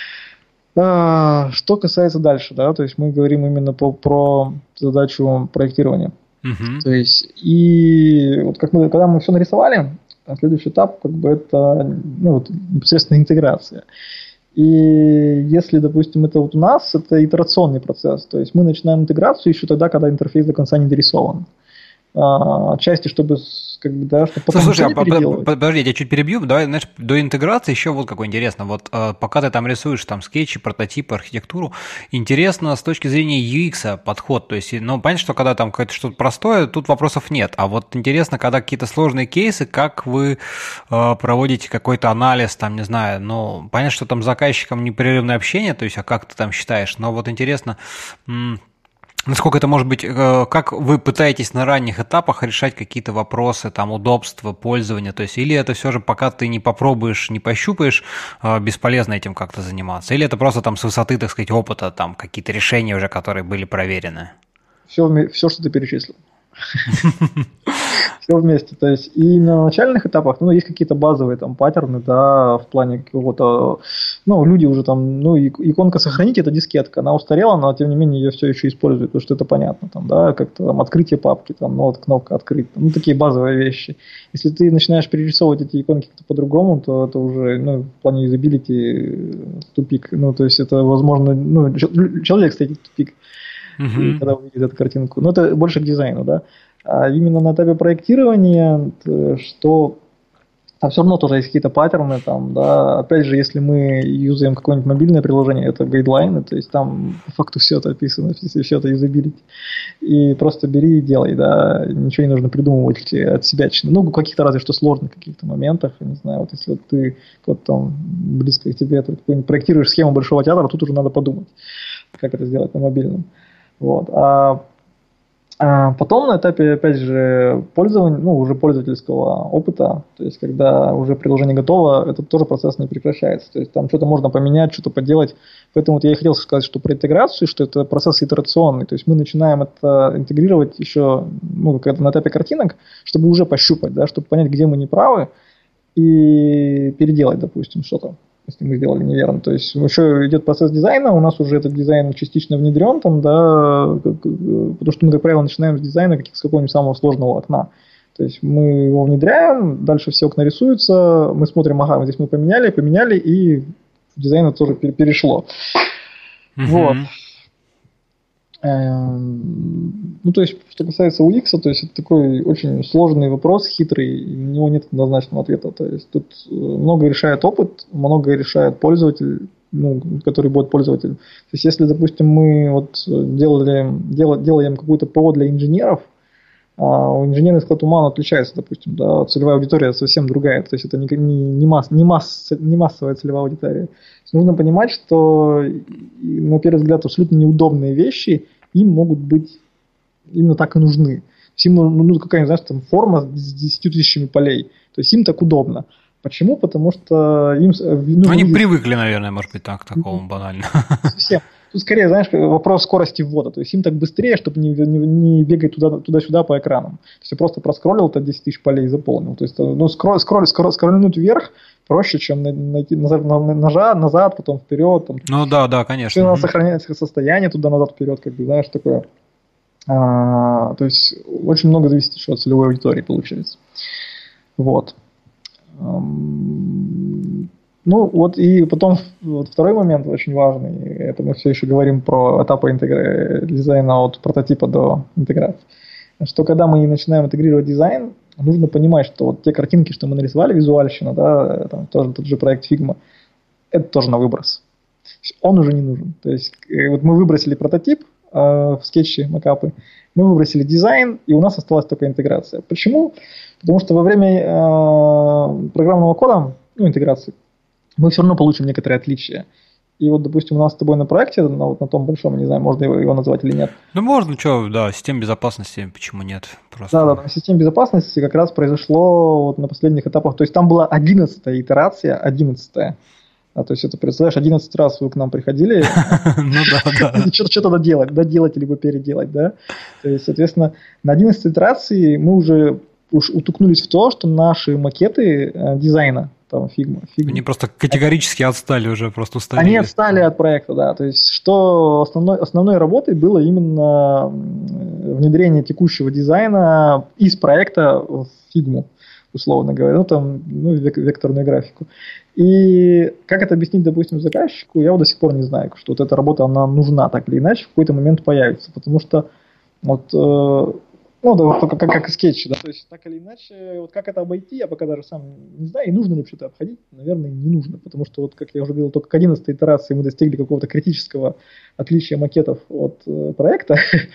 Что касается дальше, да, то есть мы говорим именно про задачу проектирования. То есть, и вот когда мы все нарисовали, следующий этап, как бы это, ну, вот, непосредственно интеграция. И если, допустим, это вот у нас, это итерационный процесс, то есть мы начинаем интеграцию еще тогда, когда интерфейс до конца не дорисован. Отчасти, чтобы как бы, да, чтобы потом слушай, подожди, я тебя чуть перебью. Давай, знаешь, до интеграции еще вот какой интересно. Вот пока ты там рисуешь там скетчи, прототипы, архитектуру, интересно с точки зрения UX подход. То есть, ну, понятно, что когда там какое-то что-то простое, тут вопросов нет. А вот интересно, когда какие-то сложные кейсы, как вы проводите какой-то анализ, там, не знаю, ну, понятно, что там с заказчиком непрерывное общение, то есть, а как ты там считаешь, но вот интересно, насколько это может быть, как вы пытаетесь на ранних этапах решать какие-то вопросы, там, удобства, пользования, то есть, или это все же пока ты не попробуешь, не пощупаешь, бесполезно этим как-то заниматься, или это просто там с высоты, так сказать, опыта, там, какие-то решения уже, которые были проверены? Все, что ты перечислил. Все вместе. То есть и на начальных этапах, ну, есть какие-то базовые там паттерны, да, в плане какого-то, ну, люди уже там, ну, иконка сохранить, это дискетка, она устарела, но тем не менее ее все еще используют, потому что это понятно, там, да, как-то там открытие папки, там, ну, вот кнопка открыть, там, ну, такие базовые вещи. Если ты начинаешь перерисовывать эти иконки как-то по-другому, то это уже, ну, в плане юзабилити тупик, ну, то есть это, возможно, ну, человек стоит в тупик, когда увидит эту картинку, но это больше к дизайну, да. А именно на этапе проектирования, что там все равно тоже есть какие-то паттерны, там, да, опять же, если мы юзаем какое-нибудь мобильное приложение, это гайдлайны, то есть там по факту все это описано, все это юзабилити, и просто бери и делай, да, ничего не нужно придумывать от себя, ну, в каких-то разве что сложных каких-то моментах, не знаю, вот если вот ты вот там близко к тебе, ты проектируешь схему Большого театра, тут уже надо подумать, как это сделать на мобильном, вот, а потом на этапе, опять же, пользования, ну, уже пользовательского опыта, то есть когда уже приложение готово, этот тоже процесс не прекращается. То есть там что-то можно поменять, что-то поделать. Поэтому вот я и хотел сказать, что про интеграцию, что это процесс итерационный. То есть мы начинаем это интегрировать еще, ну, на этапе картинок, чтобы уже пощупать, да, чтобы понять, где мы не правы, и переделать, допустим, что-то, если мы сделали неверно. То есть еще идет процесс дизайна, у нас уже этот дизайн частично внедрен, там, да, потому что мы, как правило, начинаем с дизайна с какого-нибудь самого сложного окна. То есть мы его внедряем, дальше все окна рисуются, мы смотрим, ага, здесь мы поменяли, и в дизайн это тоже перешло. Вот. Ну, то есть, что касается UX, то есть это такой очень сложный вопрос, хитрый, и на него нет однозначного ответа. То есть тут многое решает опыт, многое решает пользователь, ну, который будет пользователь. То есть если, допустим, мы вот делаем какую-то ПО для инженеров, у инженерный склад ума отличается, допустим, да, целевая аудитория совсем другая, то есть это не массовая целевая аудитория. Нужно понимать, что, на первый взгляд, абсолютно неудобные вещи им могут быть именно так и нужны. То есть им нужна какая-нибудь, знаешь, там форма с 10 тысячами полей. То есть им так удобно. Почему? Потому что им... Ну, они привыкли, наверное, может быть, так, к такому банально. Совсем. Тут скорее, знаешь, вопрос скорости ввода. То есть им так быстрее, чтобы не бегать туда-сюда по экранам. То есть я просто проскроллил, это 10 тысяч полей заполнил. То есть, ну, скроллинуть вверх проще, чем найти назад, потом вперед. Там. Ну да, конечно. Надо сохранять состояние туда-назад, вперед, как бы, знаешь, такое. То есть очень много зависит еще от целевой аудитории, получается. Вот. Ну, вот и потом вот второй момент очень важный, это мы все еще говорим про этапы дизайна от прототипа до интеграции, что когда мы начинаем интегрировать дизайн, нужно понимать, что вот те картинки, что мы нарисовали, визуальщина, да, там тоже тот же проект Figma, это тоже на выброс. Он уже не нужен. То есть вот мы выбросили прототип в скетче, макапы, мы выбросили дизайн, и у нас осталась только интеграция. Почему? Потому что во время программного кода, ну, интеграции, мы все равно получим некоторые отличия. И вот, допустим, у нас с тобой на проекте, на том большом, не знаю, можно его назвать или нет. Ну, можно, что, да, система безопасности, почему нет? Просто... Да, на системе безопасности как раз произошло вот на последних этапах, то есть там была 11-я итерация, 11-я. То есть это, представляешь, 11 раз вы к нам приходили, что-то доделать, либо переделать, да. То есть, соответственно, на 11-й итерации мы уже утукнулись в то, что наши макеты дизайна, там, Figma. Они просто категорически отстали уже, просто устали. Они отстали от проекта, да. То есть, что основной работой было именно внедрение текущего дизайна из проекта в Figma, условно говоря, векторную графику. И как это объяснить, допустим, заказчику, я вот до сих пор не знаю, что вот эта работа, она нужна так или иначе, в какой-то момент появится, потому что вот... как и скетчи, да, то есть так или иначе, вот как это обойти, я пока даже сам не знаю, и нужно ли вообще-то обходить, наверное, не нужно, потому что, вот как я уже говорил, только к 11-й итерации мы достигли какого-то критического отличия макетов от проекта,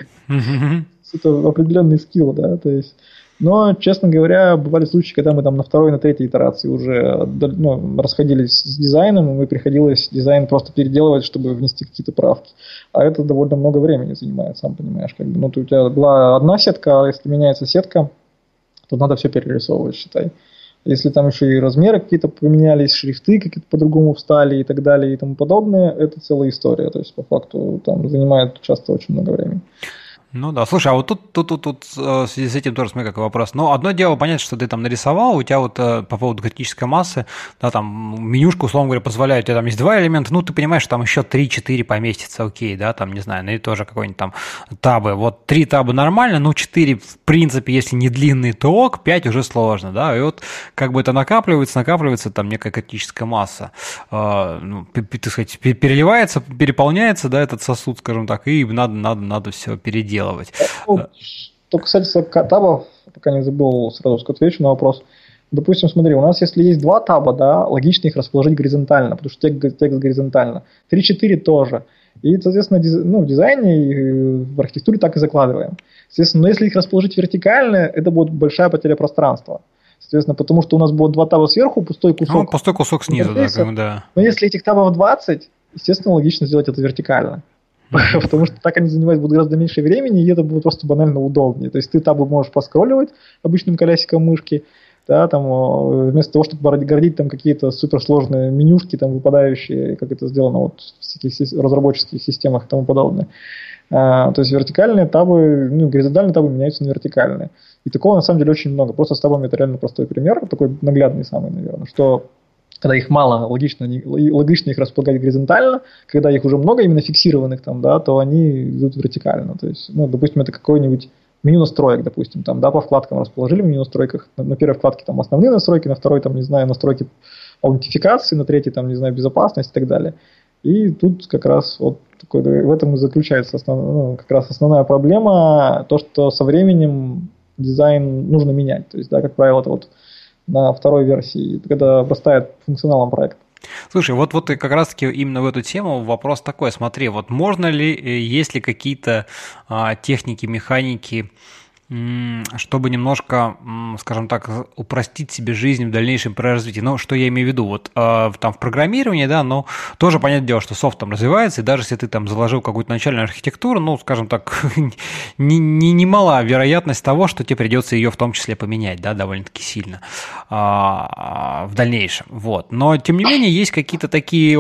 это определенный скилл, да, то есть, но, честно говоря, бывали случаи, когда мы там на второй, на третьей итерации уже расходились с дизайном, и мы приходилось дизайн просто переделывать, чтобы внести какие-то правки. А это довольно много времени занимает, сам понимаешь. Как бы, у тебя была одна сетка, а если меняется сетка, то надо все перерисовывать, считай. Если там еще и размеры какие-то поменялись, шрифты какие-то по-другому встали и так далее и тому подобное, это целая история. То есть, по факту, там занимает часто очень много времени. Ну да, слушай, а вот тут в связи с этим тоже, смотри, какой вопрос. Ну, одно дело понять, что ты там нарисовал, у тебя вот по поводу критической массы, да, там менюшка, условно говоря, позволяет, у тебя там есть 2 элемента, ну, ты понимаешь, что там еще 3-4 поместится, окей, да, там, не знаю, ну и тоже какой-нибудь там табы. Вот 3 таба нормально, ну, 4, в принципе, если не длинный, то ок, 5 уже сложно, да, и вот как бы это накапливается, там некая критическая масса, так сказать, переливается, переполняется, да, этот сосуд, скажем так, и надо все переделать. Что касается табов, пока не забыл, сразу отвечу на вопрос. Допустим, смотри, у нас если есть два таба, да, логично их расположить горизонтально, потому что текст горизонтально. 3-4 тоже. И, соответственно, в дизайне и в архитектуре так и закладываем. Соответственно, но если их расположить вертикально, это будет большая потеря пространства. Соответственно, потому что у нас будет два таба сверху, пустой кусок. Ну, пустой кусок снизу, да. Но если этих табов 20, естественно, логично сделать это вертикально. Потому что так они занимать будут гораздо меньше времени, и это будет просто банально удобнее. То есть ты табы можешь поскролливать обычным колесиком мышки, да, там, вместо того, чтобы городить там какие-то суперсложные менюшки, там, выпадающие, как это сделано вот в всяких разработческих системах и тому подобное. То есть вертикальные табы, горизонтальные табы меняются на вертикальные. И такого на самом деле очень много. Просто с табами это реально простой пример, такой наглядный самый, наверное, что когда их мало, логично их располагать горизонтально, когда их уже много именно фиксированных там, да, то они идут вертикально. То есть, допустим, это какой-нибудь меню настроек, допустим, там, да, по вкладкам расположили в меню настройках. На первой вкладке там основные настройки, на второй там, не знаю, настройки аутентификации, на третьей там, не знаю, безопасность и так далее. И тут как раз вот такой, в этом и заключается как раз основная проблема, то, что со временем дизайн нужно менять. То есть, да, как правило, это вот на второй версии, когда обрастает функционалом проект. Слушай, вот как раз-таки именно в эту тему вопрос такой. Смотри, вот можно ли, есть ли какие-то техники, механики, чтобы немножко, скажем так, упростить себе жизнь в дальнейшем при развитии. Ну, что я имею в виду? Вот там в программировании, да, но тоже понятное дело, что софт там развивается, и даже если ты там заложил какую-то начальную архитектуру, ну, скажем так, немала вероятность того, что тебе придется ее в том числе поменять, да, довольно-таки сильно в дальнейшем. Вот. Но, тем не менее, есть какие-то такие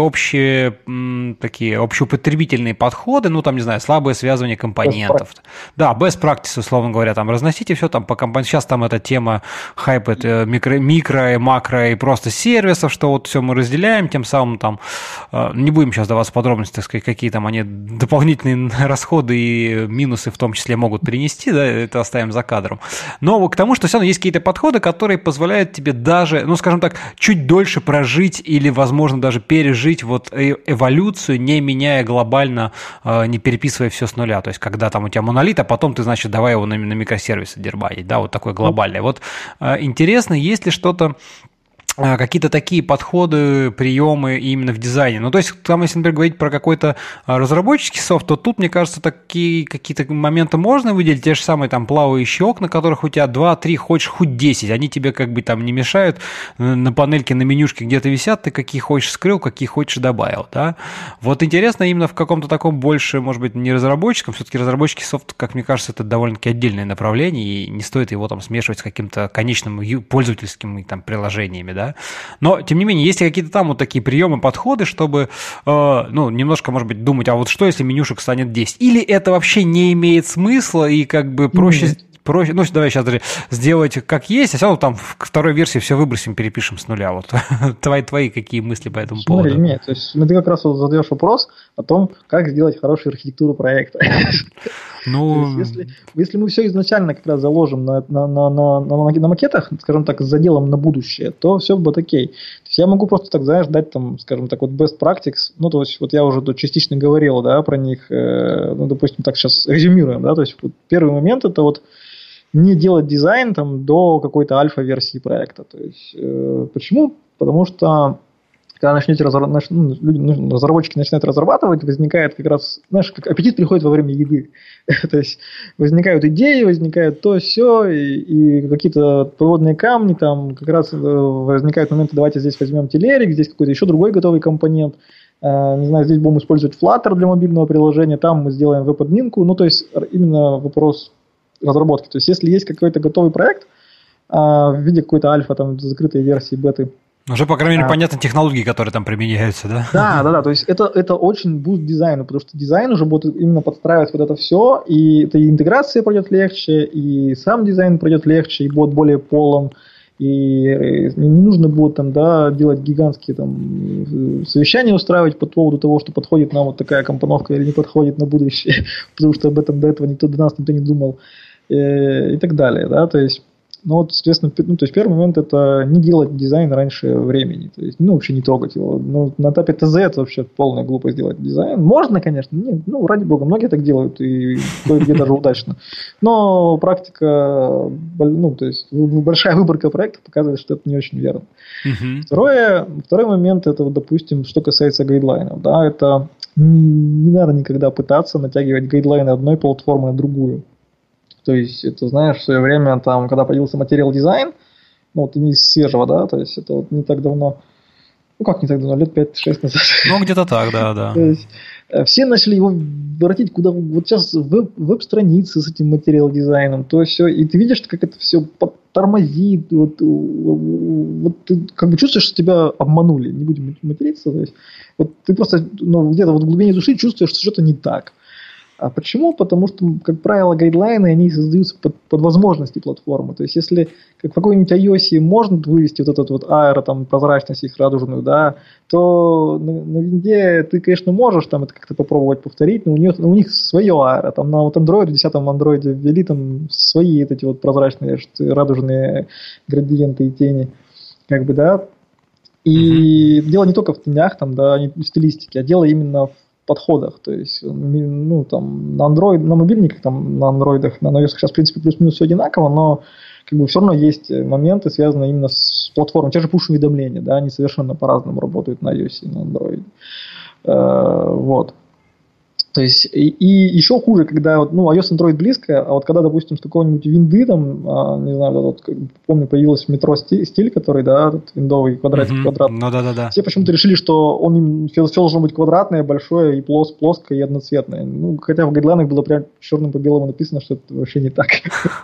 общеупотребительные подходы, ну, там, не знаю, слабое связывание компонентов. Да, best practice, условно говоря, там разносите все там по компонентам. Сейчас там эта тема хайпает микро, макро и просто сервисов, что вот все мы разделяем, тем самым там не будем сейчас даваться в подробности, так сказать, какие там они дополнительные расходы и минусы в том числе могут принести, да, это оставим за кадром. Но к тому, что все равно есть какие-то подходы, которые позволяют тебе даже, ну, скажем так, чуть дольше прожить или, возможно, даже пережить вот эволюцию, не меняя глобально, не переписывая все с нуля. То есть, когда там у тебя монолит, а потом ты, значит, давай его на микросервисы дербанить, да, вот такой глобальный. Вот интересно, есть ли что-то, какие-то такие подходы, приемы именно в дизайне. Ну, то есть, там, если, например, говорить про какой-то разработческий софт, то тут, мне кажется, такие какие-то моменты можно выделить, те же самые там плавающие окна, которых у тебя 2, 3, хочешь хоть 10, они тебе как бы там не мешают, на панельке, на менюшке где-то висят, ты какие хочешь скрыл, какие хочешь добавил, да. Вот интересно именно в каком-то таком больше, может быть, не разработчиком, все-таки разработческий софт, как мне кажется, это довольно-таки отдельное направление, и не стоит его там смешивать с каким-то конечным пользовательским там приложениями, да. Но, тем не менее, есть ли какие-то там вот такие приемы, подходы, чтобы, немножко, может быть, думать, а вот что, если менюшек станет 10? Или это вообще не имеет смысла и как бы проще, давай сейчас даже сделать как есть, а все равно там в второй версии все выбросим, перепишем с нуля. Вот твои какие мысли по этому поводу? Нет, то есть ты как раз вот задаешь вопрос о том, как сделать хорошую архитектуру проекта. Если мы все изначально как раз заложим на макетах, скажем так, с заделом на будущее, то все будет окей. То есть я могу просто так, знаешь, дать там, скажем так, вот best practice, ну, то есть вот я уже тут частично говорил, да, про них, допустим, так сейчас резюмируем, да, то есть вот первый момент это вот не делать дизайн там до какой-то альфа-версии проекта. То есть, почему? Потому что когда разработчики начинают разрабатывать, возникает как раз, знаешь, как аппетит приходит во время еды. То есть возникают идеи, возникает то, все, и какие-то подводные камни, там как раз возникают моменты, давайте здесь возьмем телерик, здесь какой-то еще другой готовый компонент. Не знаю, здесь будем использовать Flutter для мобильного приложения, там мы сделаем веб-админку. Ну, то есть именно вопрос разработки. То есть если есть какой-то готовый проект в виде какой-то альфа, там, закрытой версии, беты. Уже, по крайней мере, понятны технологии, которые там применяются, да? Да. То есть это очень буст дизайну, потому что дизайн уже будет именно подстраивать вот это все, и это и интеграция пройдет легче, и сам дизайн пройдет легче, и будет более полон, и не нужно будет там, да, делать гигантские там совещания устраивать по поводу того, что подходит нам вот такая компоновка или не подходит на будущее, потому что об этом до нас никто не думал, и так далее, да, то есть Но вот, соответственно, то есть первый момент это не делать дизайн раньше времени, то есть, вообще не трогать его. Ну, на этапе ТЗ это вообще полная глупость делать дизайн. Можно, конечно, ради бога, многие так делают, и кое-где даже удачно. Но практика, то есть большая выборка проектов показывает, что это не очень верно. Второй момент, это, допустим, что касается гайдлайнов, да, это не надо никогда пытаться натягивать гайдлайны одной платформы на другую. То есть, это, знаешь, в свое время, там, когда появился материал дизайн, это не из свежего, да, то есть, это вот не так давно, как не так давно, лет 5-6 назад. Где-то так, да. То есть, все начали его воротить куда. Вот сейчас веб-страницы с этим материал дизайном, то все, и ты видишь, как это все тормозит, вот ты как бы чувствуешь, что тебя обманули, не будем материться, то есть, вот ты просто где-то вот в глубине души чувствуешь, что что-то не так. А почему? Потому что, как правило, гайдлайны, они создаются под возможности платформы. То есть, если как в какой-нибудь iOS можно вывести вот этот вот аэро, там, прозрачность их радужную, да, то на винде ты, конечно, можешь там это как-то попробовать повторить, но у них свое аэро. Там на вот Android, в 10-м Android ввели там свои эти вот прозрачные радужные градиенты и тени. Как бы, да. И дело не только в тенях, там, да, не в стилистике, а дело именно в подходах, то есть, там, на Android, на мобильниках, там, на андроидах, на iOS сейчас, в принципе, плюс-минус все одинаково, но, как бы, все равно есть моменты, связанные именно с платформой. Те же push-уведомления, да, они совершенно по-разному работают на iOS и на Android. Вот. То есть, и еще хуже, когда iOS Android близко, а вот когда, допустим, с какого-нибудь винды, там, не знаю, помню, появился в метро стиль, который, да, этот виндовый квадрат. Ну да. Все почему-то решили, что все должно быть квадратное, большое и плоское и одноцветное. Хотя в гайдлайнах было прям черным по белому написано, что это вообще не так.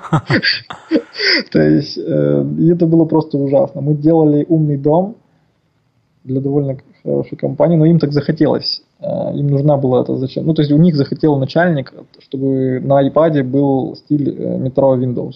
То есть, и это было просто ужасно. Мы делали умный дом для довольно хорошей компании, но им так захотелось. Им нужна была это зачем? То есть у них захотел начальник, чтобы на iPad был стиль метро Windows.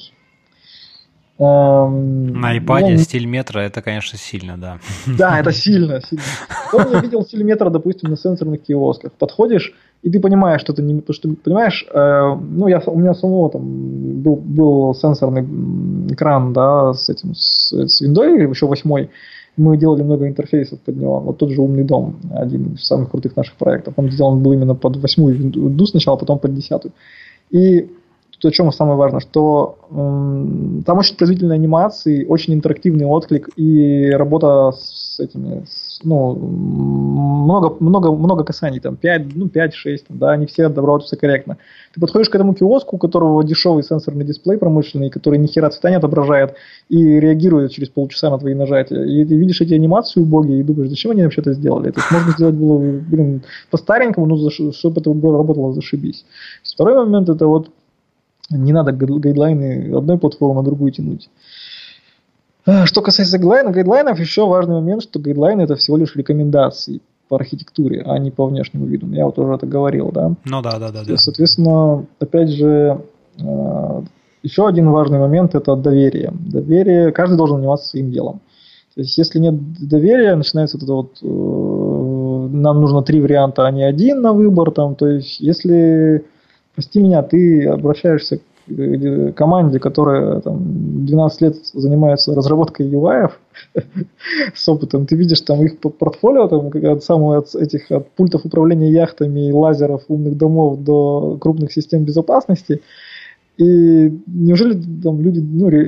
На iPad стиль метро, это, конечно, сильно, да. Да, это сильно. Я видел стиль метро, допустим, на сенсорных киосках. Подходишь, и ты понимаешь, что это не... Потому что, понимаешь, у меня самого там был сенсорный экран, да, с Windows, еще 8-й. Мы делали много интерфейсов под него. Вот тот же «Умный дом», один из самых крутых наших проектов. Он сделан был именно под 8-ю Windows сначала, потом под 10-ю. И тут о чем самое важное, что там очень производительные анимации, очень интерактивный отклик и работа с этими, много касаний, там 5-6, да, они все обрабатываются корректно. Ты подходишь к этому киоску, у которого дешевый сенсорный дисплей промышленный, который ни хера цвета не отображает и реагирует через полчаса на твои нажатия. И ты видишь эти анимации убогие и думаешь, зачем они вообще это сделали? То есть можно сделать было, по-старенькому, но чтобы это работало, зашибись. Второй момент, это вот не надо гайдлайны одной платформы на другую тянуть. Что касается гайдлайнов, еще важный момент, что гайдлайны это всего лишь рекомендации по архитектуре, а не по внешнему виду. Я вот уже это говорил, да? Ну да. Соответственно, опять же, еще один важный момент это доверие. Доверие, каждый должен заниматься своим делом. То есть, если нет доверия, начинается это вот, нам нужно 3 варианта, а не один на выбор, там, то есть, если, прости меня, ты обращаешься к команде, которая там 12 лет занимается разработкой UI с опытом, ты видишь там их портфолио, там, от пультов управления яхтами, лазеров, умных домов до крупных систем безопасности. И неужели там люди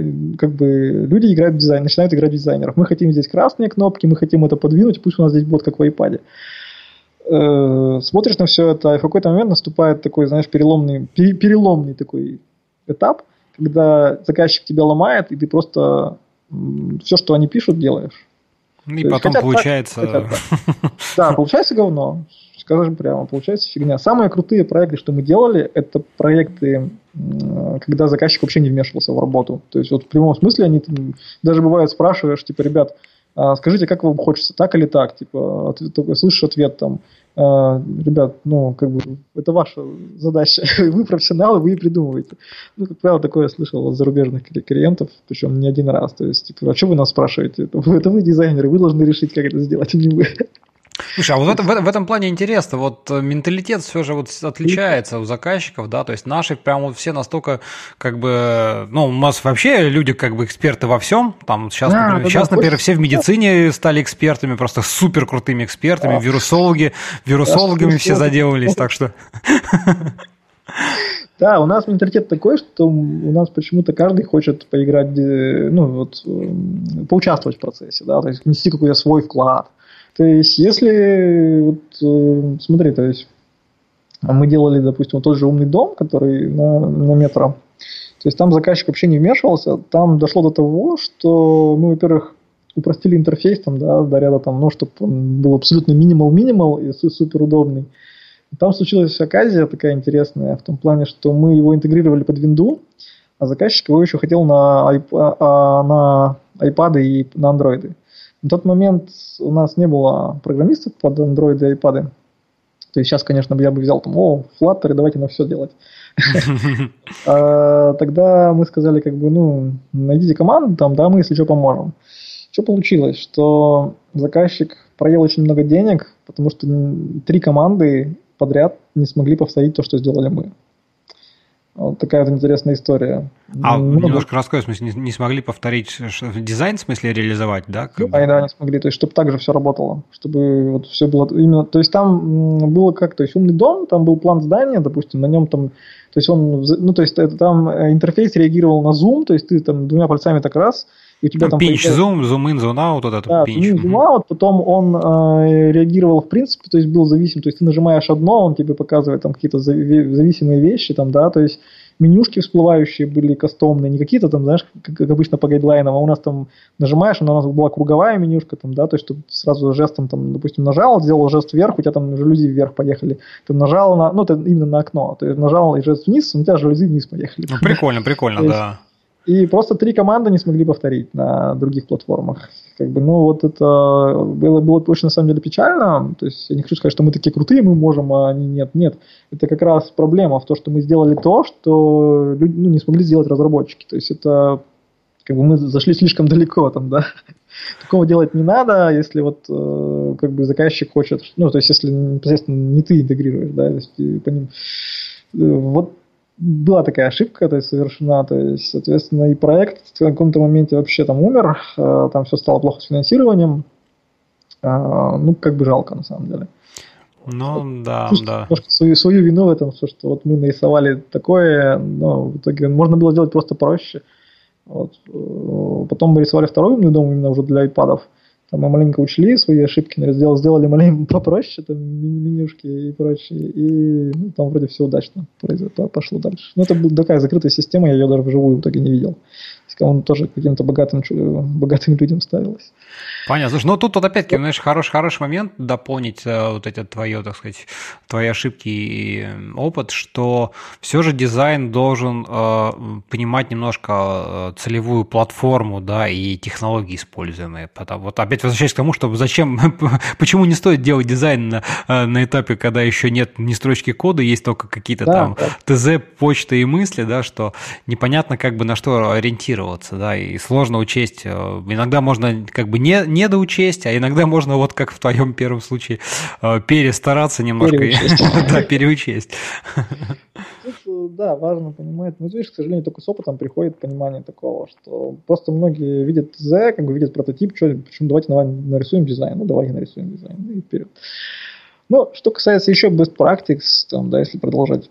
играют в дизайн, начинают играть в дизайнеров. Мы хотим здесь красные кнопки, мы хотим это подвинуть, пусть у нас здесь будет как в iPad. Смотришь на все это, и в какой-то момент наступает такой, знаешь, переломный такой этап, когда заказчик тебя ломает, и ты просто все, что они пишут, делаешь. И потом получается... Да, получается говно. Скажем прямо, получается фигня. Самые крутые проекты, что мы делали, это проекты, когда заказчик вообще не вмешивался в работу. То есть вот в прямом смысле они даже бывает спрашиваешь, типа, ребят, скажите, как вам хочется, так или так? Типа, слышишь ответ там, ребят, это ваша задача, вы профессионалы, вы и придумываете. Как правило, такое я слышал от зарубежных клиентов, причем не один раз. То есть, типа, а что вы нас спрашиваете? Это вы дизайнеры, вы должны решить, как это сделать, а не вы. Слушай, а вот в этом плане интересно, вот менталитет все же вот отличается у заказчиков, да, то есть наши прям вот все настолько как бы, ну, у нас вообще люди как бы эксперты во всем, там сейчас, например, все в медицине стали экспертами, просто супер крутыми экспертами, вирусологами все заделались, так что... Да, у нас менталитет такой, что у нас почему-то каждый хочет поиграть, ну, вот, поучаствовать в процессе, да, то есть внести какой-то свой вклад. То есть, если, вот, смотри, то есть, мы делали, допустим, тот же умный дом, который на метро, то есть, там заказчик вообще не вмешивался, там дошло до того, что мы, во-первых, упростили интерфейс, там, да, до ряда, там, ну, чтобы он был абсолютно минимал и супер удобный. Там случилась оказия такая интересная, в том плане, что мы его интегрировали под винду, а заказчик его еще хотел на iPad и на Android. На тот момент у нас не было программистов под Android и iPad. То есть сейчас, конечно, я бы взял там, Flutter, давайте на все делать. Тогда мы сказали, как бы, ну, найдите команду, там, да, мы, если что, поможем. Что получилось? Что заказчик проел очень много денег, потому что 3 команды подряд не смогли повторить то, что сделали мы. Вот такая вот интересная история. Немножко рассказывай, в смысле, не смогли повторить дизайн, в смысле реализовать, да? Да, не смогли. То есть, чтобы так же все работало. Чтобы вот все было именно... То есть, там было как, то есть, умный дом, там был план здания, допустим, на нем там... То есть, он... Ну, то есть, там интерфейс реагировал на зум, то есть, ты там 2 пальцами так раз... И у тебя там pinch zoom, zoom in, zoom out, вот это pinch. Zoom out, потом он реагировал в принципе, то есть был зависим, то есть ты нажимаешь одно, он тебе показывает там какие-то зависимые вещи, там, да, то есть менюшки всплывающие были кастомные, не какие-то там, знаешь, как обычно по гайдлайнам, а у нас там нажимаешь, она у нас была круговая менюшка, там, да, то есть тут сразу жестом, там, допустим, нажал, сделал жест вверх, у тебя там жалюзи вверх поехали, ты нажал на, ну, это именно на окно, ты нажал и жест вниз, у тебя жалюзи вниз поехали. Ну, прикольно, да. И просто 3 команды не смогли повторить на других платформах. Как бы, ну, вот это было очень, на самом деле, печально. То есть я не хочу сказать, что мы такие крутые, мы можем, а они нет. Нет. Это как раз проблема в том, что мы сделали то, что люди, ну, не смогли сделать разработчики. То есть это как бы мы зашли слишком далеко там, да. Такого делать не надо, если вот как бы заказчик хочет, ну, то есть если непосредственно не ты интегрируешь, да, то есть по ним. Вот была такая ошибка, то есть совершена, то есть, соответственно, и проект в каком-то моменте вообще там умер, там все стало плохо с финансированием, ну, как бы жалко, на самом деле. Ну, да, да. Немножко свою вину в этом, что вот мы нарисовали такое, но в итоге можно было сделать просто проще. Вот. Потом мы рисовали второй умный дом именно уже для iPad'ов. Там мы маленько учли свои ошибки, сделали маленько попроще, там менюшки и прочее, и ну, там вроде все удачно пошло дальше. Но это была такая закрытая система, я ее даже вживую в итоге не видел. Он тоже каким-то богатым людям ставилось. Понятно. Слушай, ну тут опять-таки, знаешь, хороший момент дополнить вот эти твои ошибки и опыт, что все же дизайн должен понимать немножко целевую платформу, да, и технологии используемые. Вот опять возвращаясь к тому, что почему не стоит делать дизайн на этапе, когда еще нет ни строчки кода, есть только какие-то там ТЗ, почта и мысли, да, что непонятно как бы на что ориентироваться. Да, и сложно учесть. Иногда можно как бы не доучесть, а иногда можно, вот как в твоем первом случае, перестараться немножко. Переучесть. Тут, да, важно понимать. Ну, видишь, к сожалению, только с опытом приходит понимание такого, что просто многие видят ТЗ, как бы видят прототип, почему давайте нарисуем дизайн. Ну, давайте нарисуем дизайн. И вперед. Ну, что касается еще best practice, там, да, если продолжать.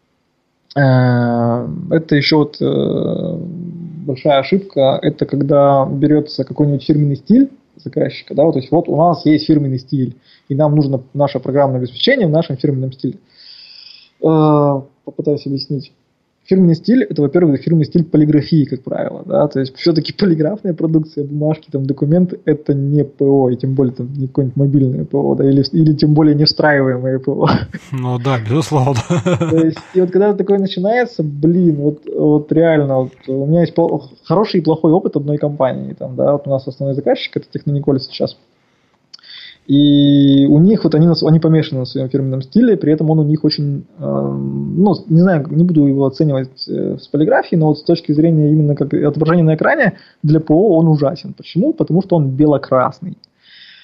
Это еще вот большая ошибка, это когда берется какой-нибудь фирменный стиль заказчика, да, вот, то есть вот у нас есть фирменный стиль, и нам нужно наше программное обеспечение в нашем фирменном стиле. Попытаюсь объяснить. Фирменный стиль, это, во-первых, фирменный стиль полиграфии, как правило, да, то есть все-таки полиграфная продукция, бумажки, там, документы, это не ПО, и тем более там не какое-нибудь мобильное ПО, да, или тем более не встраиваемое ПО. Ну да, безусловно. То есть, и вот когда такое начинается, вот реально, вот, у меня есть хороший и плохой опыт одной компании, там, да, вот у нас основной заказчик, это Технониколь сейчас. И у них, вот они помешаны на своем фирменном стиле, при этом он у них очень, ну, не знаю, не буду его оценивать с полиграфией, но вот с точки зрения именно как отображения на экране, для ПО он ужасен. Почему? Потому что он бело-красный.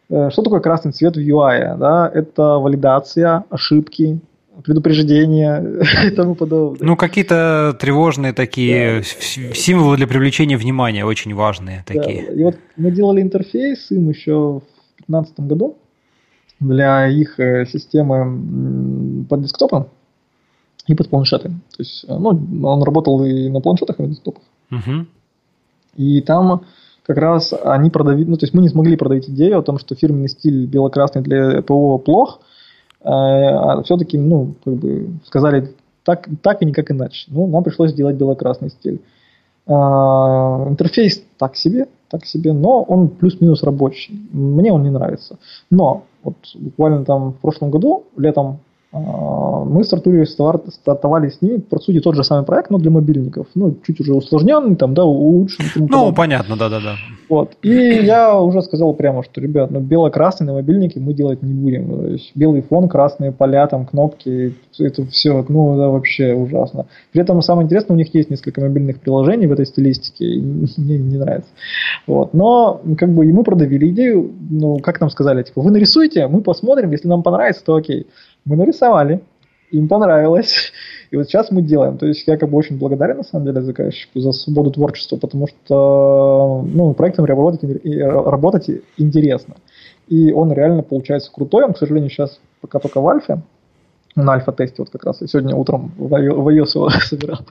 что такое красный цвет в UI? Да? Это валидация, ошибки, предупреждения и тому подобное. Ну, какие-то тревожные такие символы для привлечения внимания, очень важные такие. Да. И вот мы делали интерфейс им еще в 2015 году для их системы под десктопом и под планшеты. То есть, он работал и на планшетах, и на десктопах. Угу. И там как раз они продавили, то есть мы не смогли продавить идею о том, что фирменный стиль бело-красный для ПО плох, а все-таки, сказали так и никак иначе. Нам пришлось сделать бело-красный стиль. Интерфейс так себе, но он плюс-минус рабочий. Мне он не нравится. Но вот буквально там в прошлом году, летом, мы стартовали с ними, по сути, тот же самый проект, но для мобильников. Чуть уже усложненный, улучшенный. Понятно, да. Вот. И я уже сказал прямо, что, ребят, бело-красный на мобильнике мы делать не будем. То есть белый фон, красные поля, там кнопки, это все, это вообще ужасно. При этом самое интересное, у них есть несколько мобильных приложений в этой стилистике, и мне не нравится. Вот. Но, и мы продавили идею, как нам сказали, вы нарисуйте, мы посмотрим, если нам понравится, то окей. Мы нарисовали, им понравилось, и вот сейчас мы делаем. То есть я очень благодарен, на самом деле, заказчику за свободу творчества, потому что проектом работать интересно. И он реально получается крутой. Он, к сожалению, сейчас пока только в альфе, на альфа-тесте вот как раз. Я сегодня утром в iOS его собирал.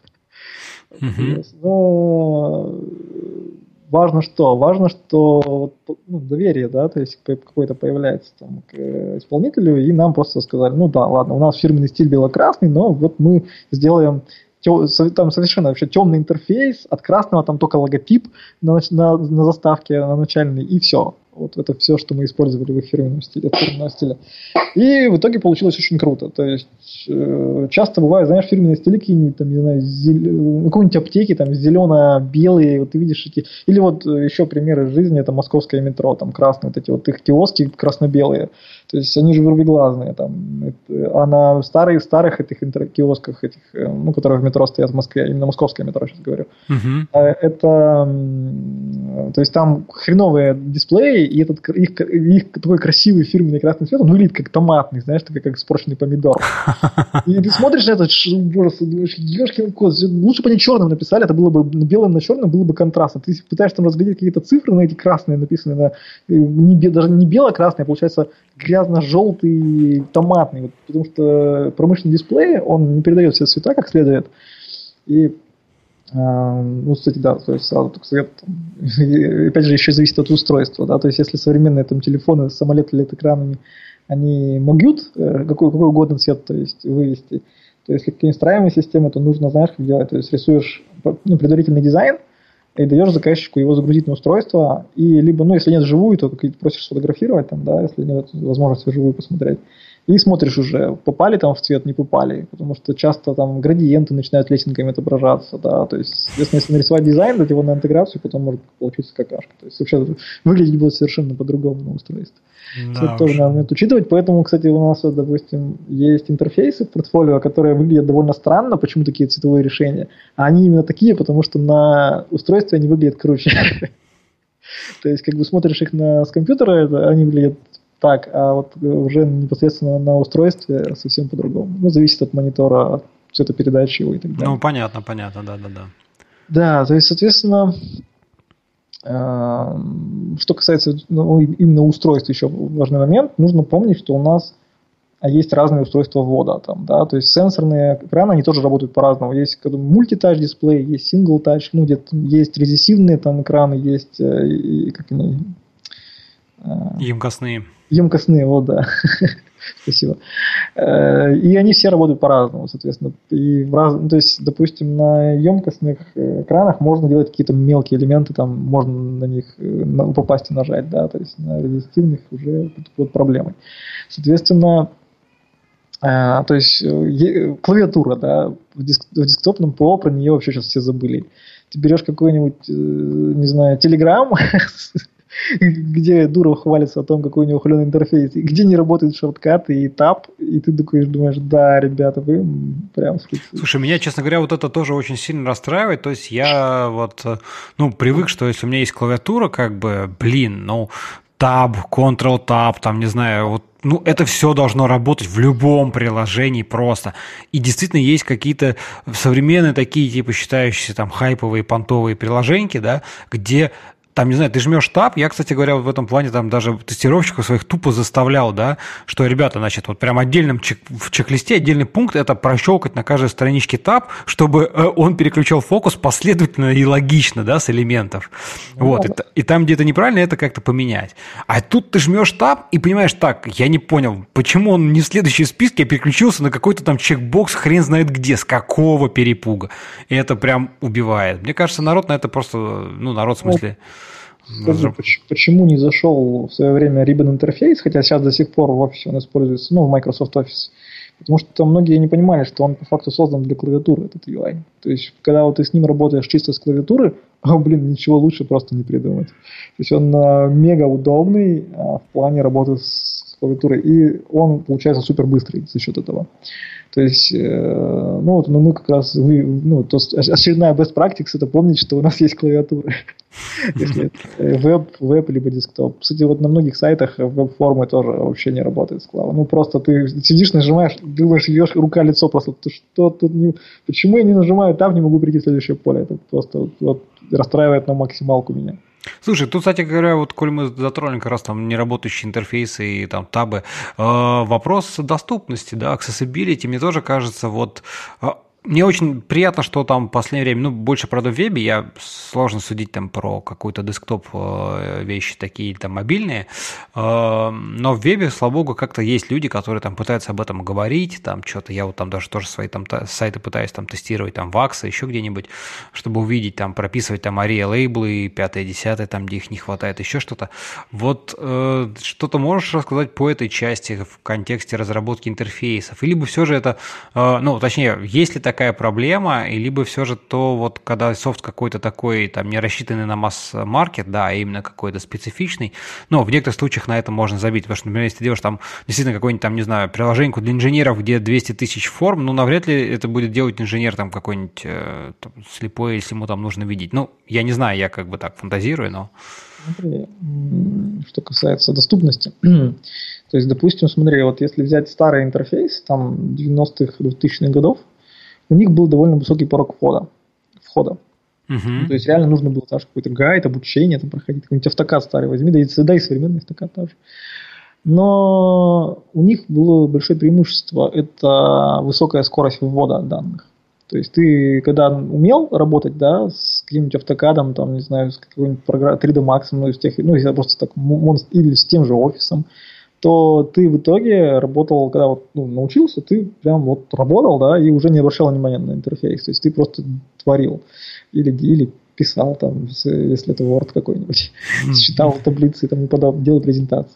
Но важно что доверие, да, то есть какое-то появляется там к исполнителю, и нам просто сказали, ладно, у нас фирменный стиль бело-красный, но вот мы сделаем там совершенно вообще темный интерфейс, от красного там только логотип на заставке, на начальной, и все. Вот это все, что мы использовали в их фирменном стиле, фирменного стиля. И в итоге получилось очень круто. То есть часто бывает, знаешь, фирменные стили какие-нибудь, там, не знаю, какой-нибудь аптеки, там, зелено-белые, вот ты видишь эти... Или вот еще примеры из жизни, это московское метро, там, красные, вот эти вот их киоски красно-белые. То есть они же вырвиглазные, там. А на старых этих киосках, которые в метро стоят в Москве, именно московское метро, сейчас говорю, это... То есть там хреновые дисплеи, и их такой красивый фирменный красный цвет, он выглядит как томатный, знаешь, как испорченный помидор. И ты смотришь на это, думаешь, ешкин кот, лучше бы они черным написали, это было бы белым на черном, было бы контрастно. Ты пытаешься там разглядеть какие-то цифры на эти красные, написанные даже не бело-красные, а получается грязно-желтый, томатный, потому что промышленный дисплей, он не передает все цвета как следует. И кстати, да, то есть сразу только совет, опять же, еще зависит от устройства, да, то есть если современные там телефоны с AMOLED-экранами, они могут какой угодно цвет, то есть вывести, то есть если какие-нибудь встраиваемые системы, то нужно, знаешь, как делать, то есть рисуешь предварительный дизайн и даешь заказчику его загрузить на устройство, и либо, если нет вживую, то просишь сфотографировать, там, да, если нет возможности вживую посмотреть. И смотришь уже, попали там в цвет, не попали, потому что часто там градиенты начинают лесенками отображаться, да, то есть, соответственно, если нарисовать дизайн, дать его на интеграцию, потом может получиться какашка, то есть вообще выглядеть будет совершенно по-другому на устройстве. Да, это тоже надо учитывать, поэтому, кстати, у нас, допустим, есть интерфейсы в портфолио, которые выглядят довольно странно, почему такие цветовые решения, а они именно такие, потому что на устройстве они выглядят круче. То есть, смотришь их с компьютера, они выглядят так, а вот уже непосредственно на устройстве совсем по-другому. Зависит от монитора, от цветопередачи его и так далее. Понятно, да. Да, то есть, соответственно, что касается именно устройств, еще важный момент, нужно помнить, что у нас есть разные устройства ввода, там, да, то есть сенсорные экраны, они тоже работают по-разному. Есть мультитач дисплей, есть сингл-тач, где-то есть резиссивные там экраны, есть Емкостные, вот, да. Спасибо. И они все работают по-разному, соответственно. То есть, допустим, на емкостных экранах можно делать какие-то мелкие элементы, там можно на них попасть и нажать, да, то есть на резистивных уже вот проблемы. Соответственно, то есть клавиатура, да, в десктопном ПО про нее вообще сейчас все забыли. Ты берешь какой-нибудь, не знаю, Telegram, где Дуров хвалится о том, какой у него хуленый интерфейс, и где не работают шорткаты и таб, и ты такой думаешь, да, ребята, вы прям... Слушай, меня, честно говоря, вот это тоже очень сильно расстраивает, то есть я привык, что если у меня есть клавиатура, Tab, Ctrl-Tab, там, не знаю, вот, ну, это все должно работать в любом приложении просто. И действительно есть какие-то современные такие, типа, считающиеся там хайповые, понтовые приложеньки, да, где там, не знаю, ты жмешь Tab, я, кстати говоря, в этом плане там даже тестировщиков своих тупо заставлял, да, что, ребята, значит, вот прям отдельным в чек-листе отдельный пункт это прощелкать на каждой страничке Tab, чтобы он переключал фокус последовательно и логично, да, с элементов. Вот, и там, где-то неправильно, это как-то поменять. А тут ты жмешь Tab и понимаешь, так, я не понял, почему он не в следующей списке, а переключился на какой-то там чекбокс хрен знает где, с какого перепуга. И это прям убивает. Мне кажется, народ на это просто, ну, народ в смысле... Скажи, почему не зашел в свое время Ribbon интерфейс, хотя сейчас до сих пор в офисе он используется, ну, в Microsoft Office, потому что там многие не понимали, что он по факту создан для клавиатуры, этот UI. То есть, когда вот ты с ним работаешь чисто с клавиатуры, ничего лучше просто не придумать. То есть, он мега удобный в плане работы с клавиатурой, и он получается супер быстрый за счет этого. То есть, мы как раз, очередная best practice, это помнить, что у нас есть клавиатура. Если веб, либо десктоп. Кстати, вот на многих сайтах веб-формы тоже вообще не работает с клавой. Ну, просто ты сидишь, нажимаешь, думаешь, идешь, рука-лицо просто, почему я не нажимаю, там не могу прийти в следующее поле. Это просто вот расстраивает на максималку меня. Слушай, тут, кстати говоря, вот коль мы затронули как раз там неработающие интерфейсы и там табы, вопрос доступности, да, accessibility, мне тоже кажется, вот... Мне очень приятно, что там в последнее время, ну, больше, правда, в вебе, я сложно судить там про какой-то десктоп вещи такие там мобильные, но в вебе, слава богу, как-то есть люди, которые там пытаются об этом говорить, там что-то, я вот там даже тоже свои там сайты пытаюсь там тестировать, там Wix, еще где-нибудь, чтобы увидеть, там, прописывать там ARIA лейблы, 5-10, там, где их не хватает, еще что-то. Вот что-то можешь рассказать по этой части в контексте разработки интерфейсов? Или бы все же это, ну, точнее, есть ли такая проблема, и либо все же то, вот когда софт какой-то такой, там, не рассчитанный на масс-маркет, да, а именно какой-то специфичный, но в некоторых случаях на это можно забить, потому что, например, если ты делаешь там действительно какой-нибудь там, не знаю, приложеньку для инженеров, где 200 тысяч форм, ну, навряд ли это будет делать инженер там какой-нибудь там, слепой, если ему там нужно видеть. Ну, я не знаю, я как бы так фантазирую, но... Смотри, что касается доступности, то есть, допустим, смотри, вот если взять старый интерфейс, там, 90-х, 2000-х годов, у них был довольно высокий порог входа. То есть реально нужно было даже какой-то гайд, обучение там проходить, какой-нибудь автокад старый возьми, да и современный автокад тоже. Но у них было большое преимущество, это высокая скорость ввода данных. То есть ты, когда умел работать, да, с каким-нибудь автокадом, там, не знаю, с какой-нибудь 3D Max, ну, из тех, ну, если просто так, или с тем же офисом, то ты в итоге работал, когда вот, научился, ты прям вот работал, да, и уже не обращал внимания на интерфейс. То есть ты просто творил или писал, там, если это Word какой-нибудь, считал таблицы и делал презентации.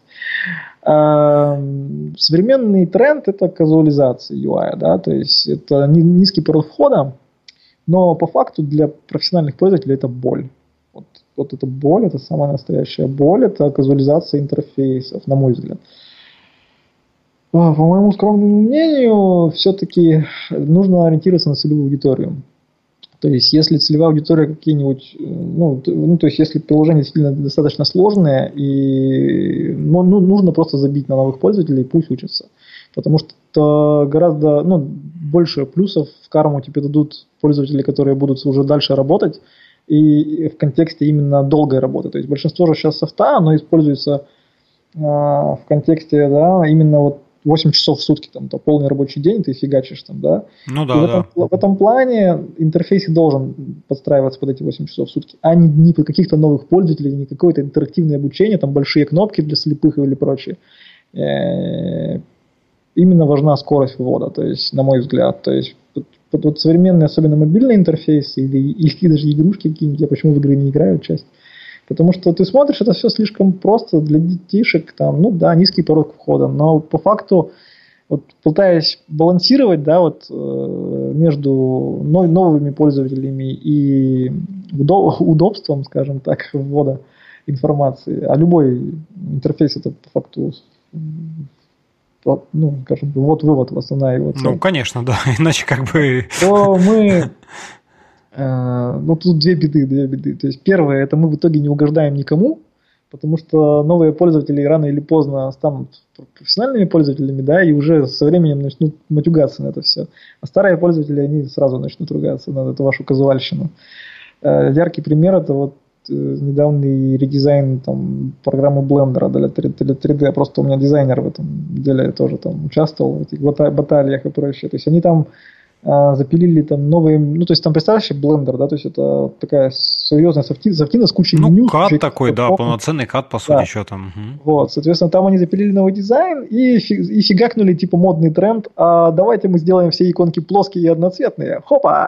Современный тренд – это казуализация UI, да, то есть это низкий порог входа, но по факту для профессиональных пользователей это боль. Вот эта боль, это самая настоящая боль, это казуализация интерфейсов, на мой взгляд. По моему скромному мнению, все-таки нужно ориентироваться на целевую аудиторию. То есть, если целевая аудитория какие-нибудь, то есть, если приложение действительно достаточно сложное, и нужно просто забить на новых пользователей, пусть учатся. Потому что гораздо больше плюсов в карму тебе дадут пользователи, которые будут уже дальше работать, и в контексте именно долгой работы. То есть большинство же сейчас софта, оно используется в контексте, да, именно вот 8 часов в сутки, там, полный рабочий день, ты фигачишь там, да. Ну да, в этом плане интерфейс должен подстраиваться под эти 8 часов в сутки, а не под каких-то новых пользователей, не какое-то интерактивное обучение, там большие кнопки для слепых или прочее. Именно важна скорость ввода, то есть, на мой взгляд, то есть вот современные, особенно мобильные интерфейсы или даже игрушки какие-нибудь, я почему в игры не играю часть, потому что ты смотришь, это все слишком просто для детишек, там, низкий порог входа, но по факту, вот пытаясь балансировать, да, вот между новыми пользователями и удобством, скажем так, ввода информации, а любой интерфейс это по факту скажем, вывод в основная его цель. Ну, конечно, да, иначе как бы... То мы... тут две беды. То есть, первое, это мы в итоге не угождаем никому, потому что новые пользователи рано или поздно станут профессиональными пользователями, да, и уже со временем начнут матюгаться на это все. А старые пользователи, они сразу начнут ругаться на эту вашу казуальщину. Яркий пример – это вот недавний редизайн там, программы Blender для 3D. Просто у меня дизайнер в этом деле тоже там участвовал, в этих баталиях и прочее. То есть они там запилили там новые, ну, то есть там, представляешь, Blender, да, то есть это такая серьезная софтина с кучей меню. Ну, кат такой, да, полноценный кат, по сути, что там. Вот, соответственно, там они запилили новый дизайн и фигакнули, типа, модный тренд, а давайте мы сделаем все иконки плоские и одноцветные. Хопа!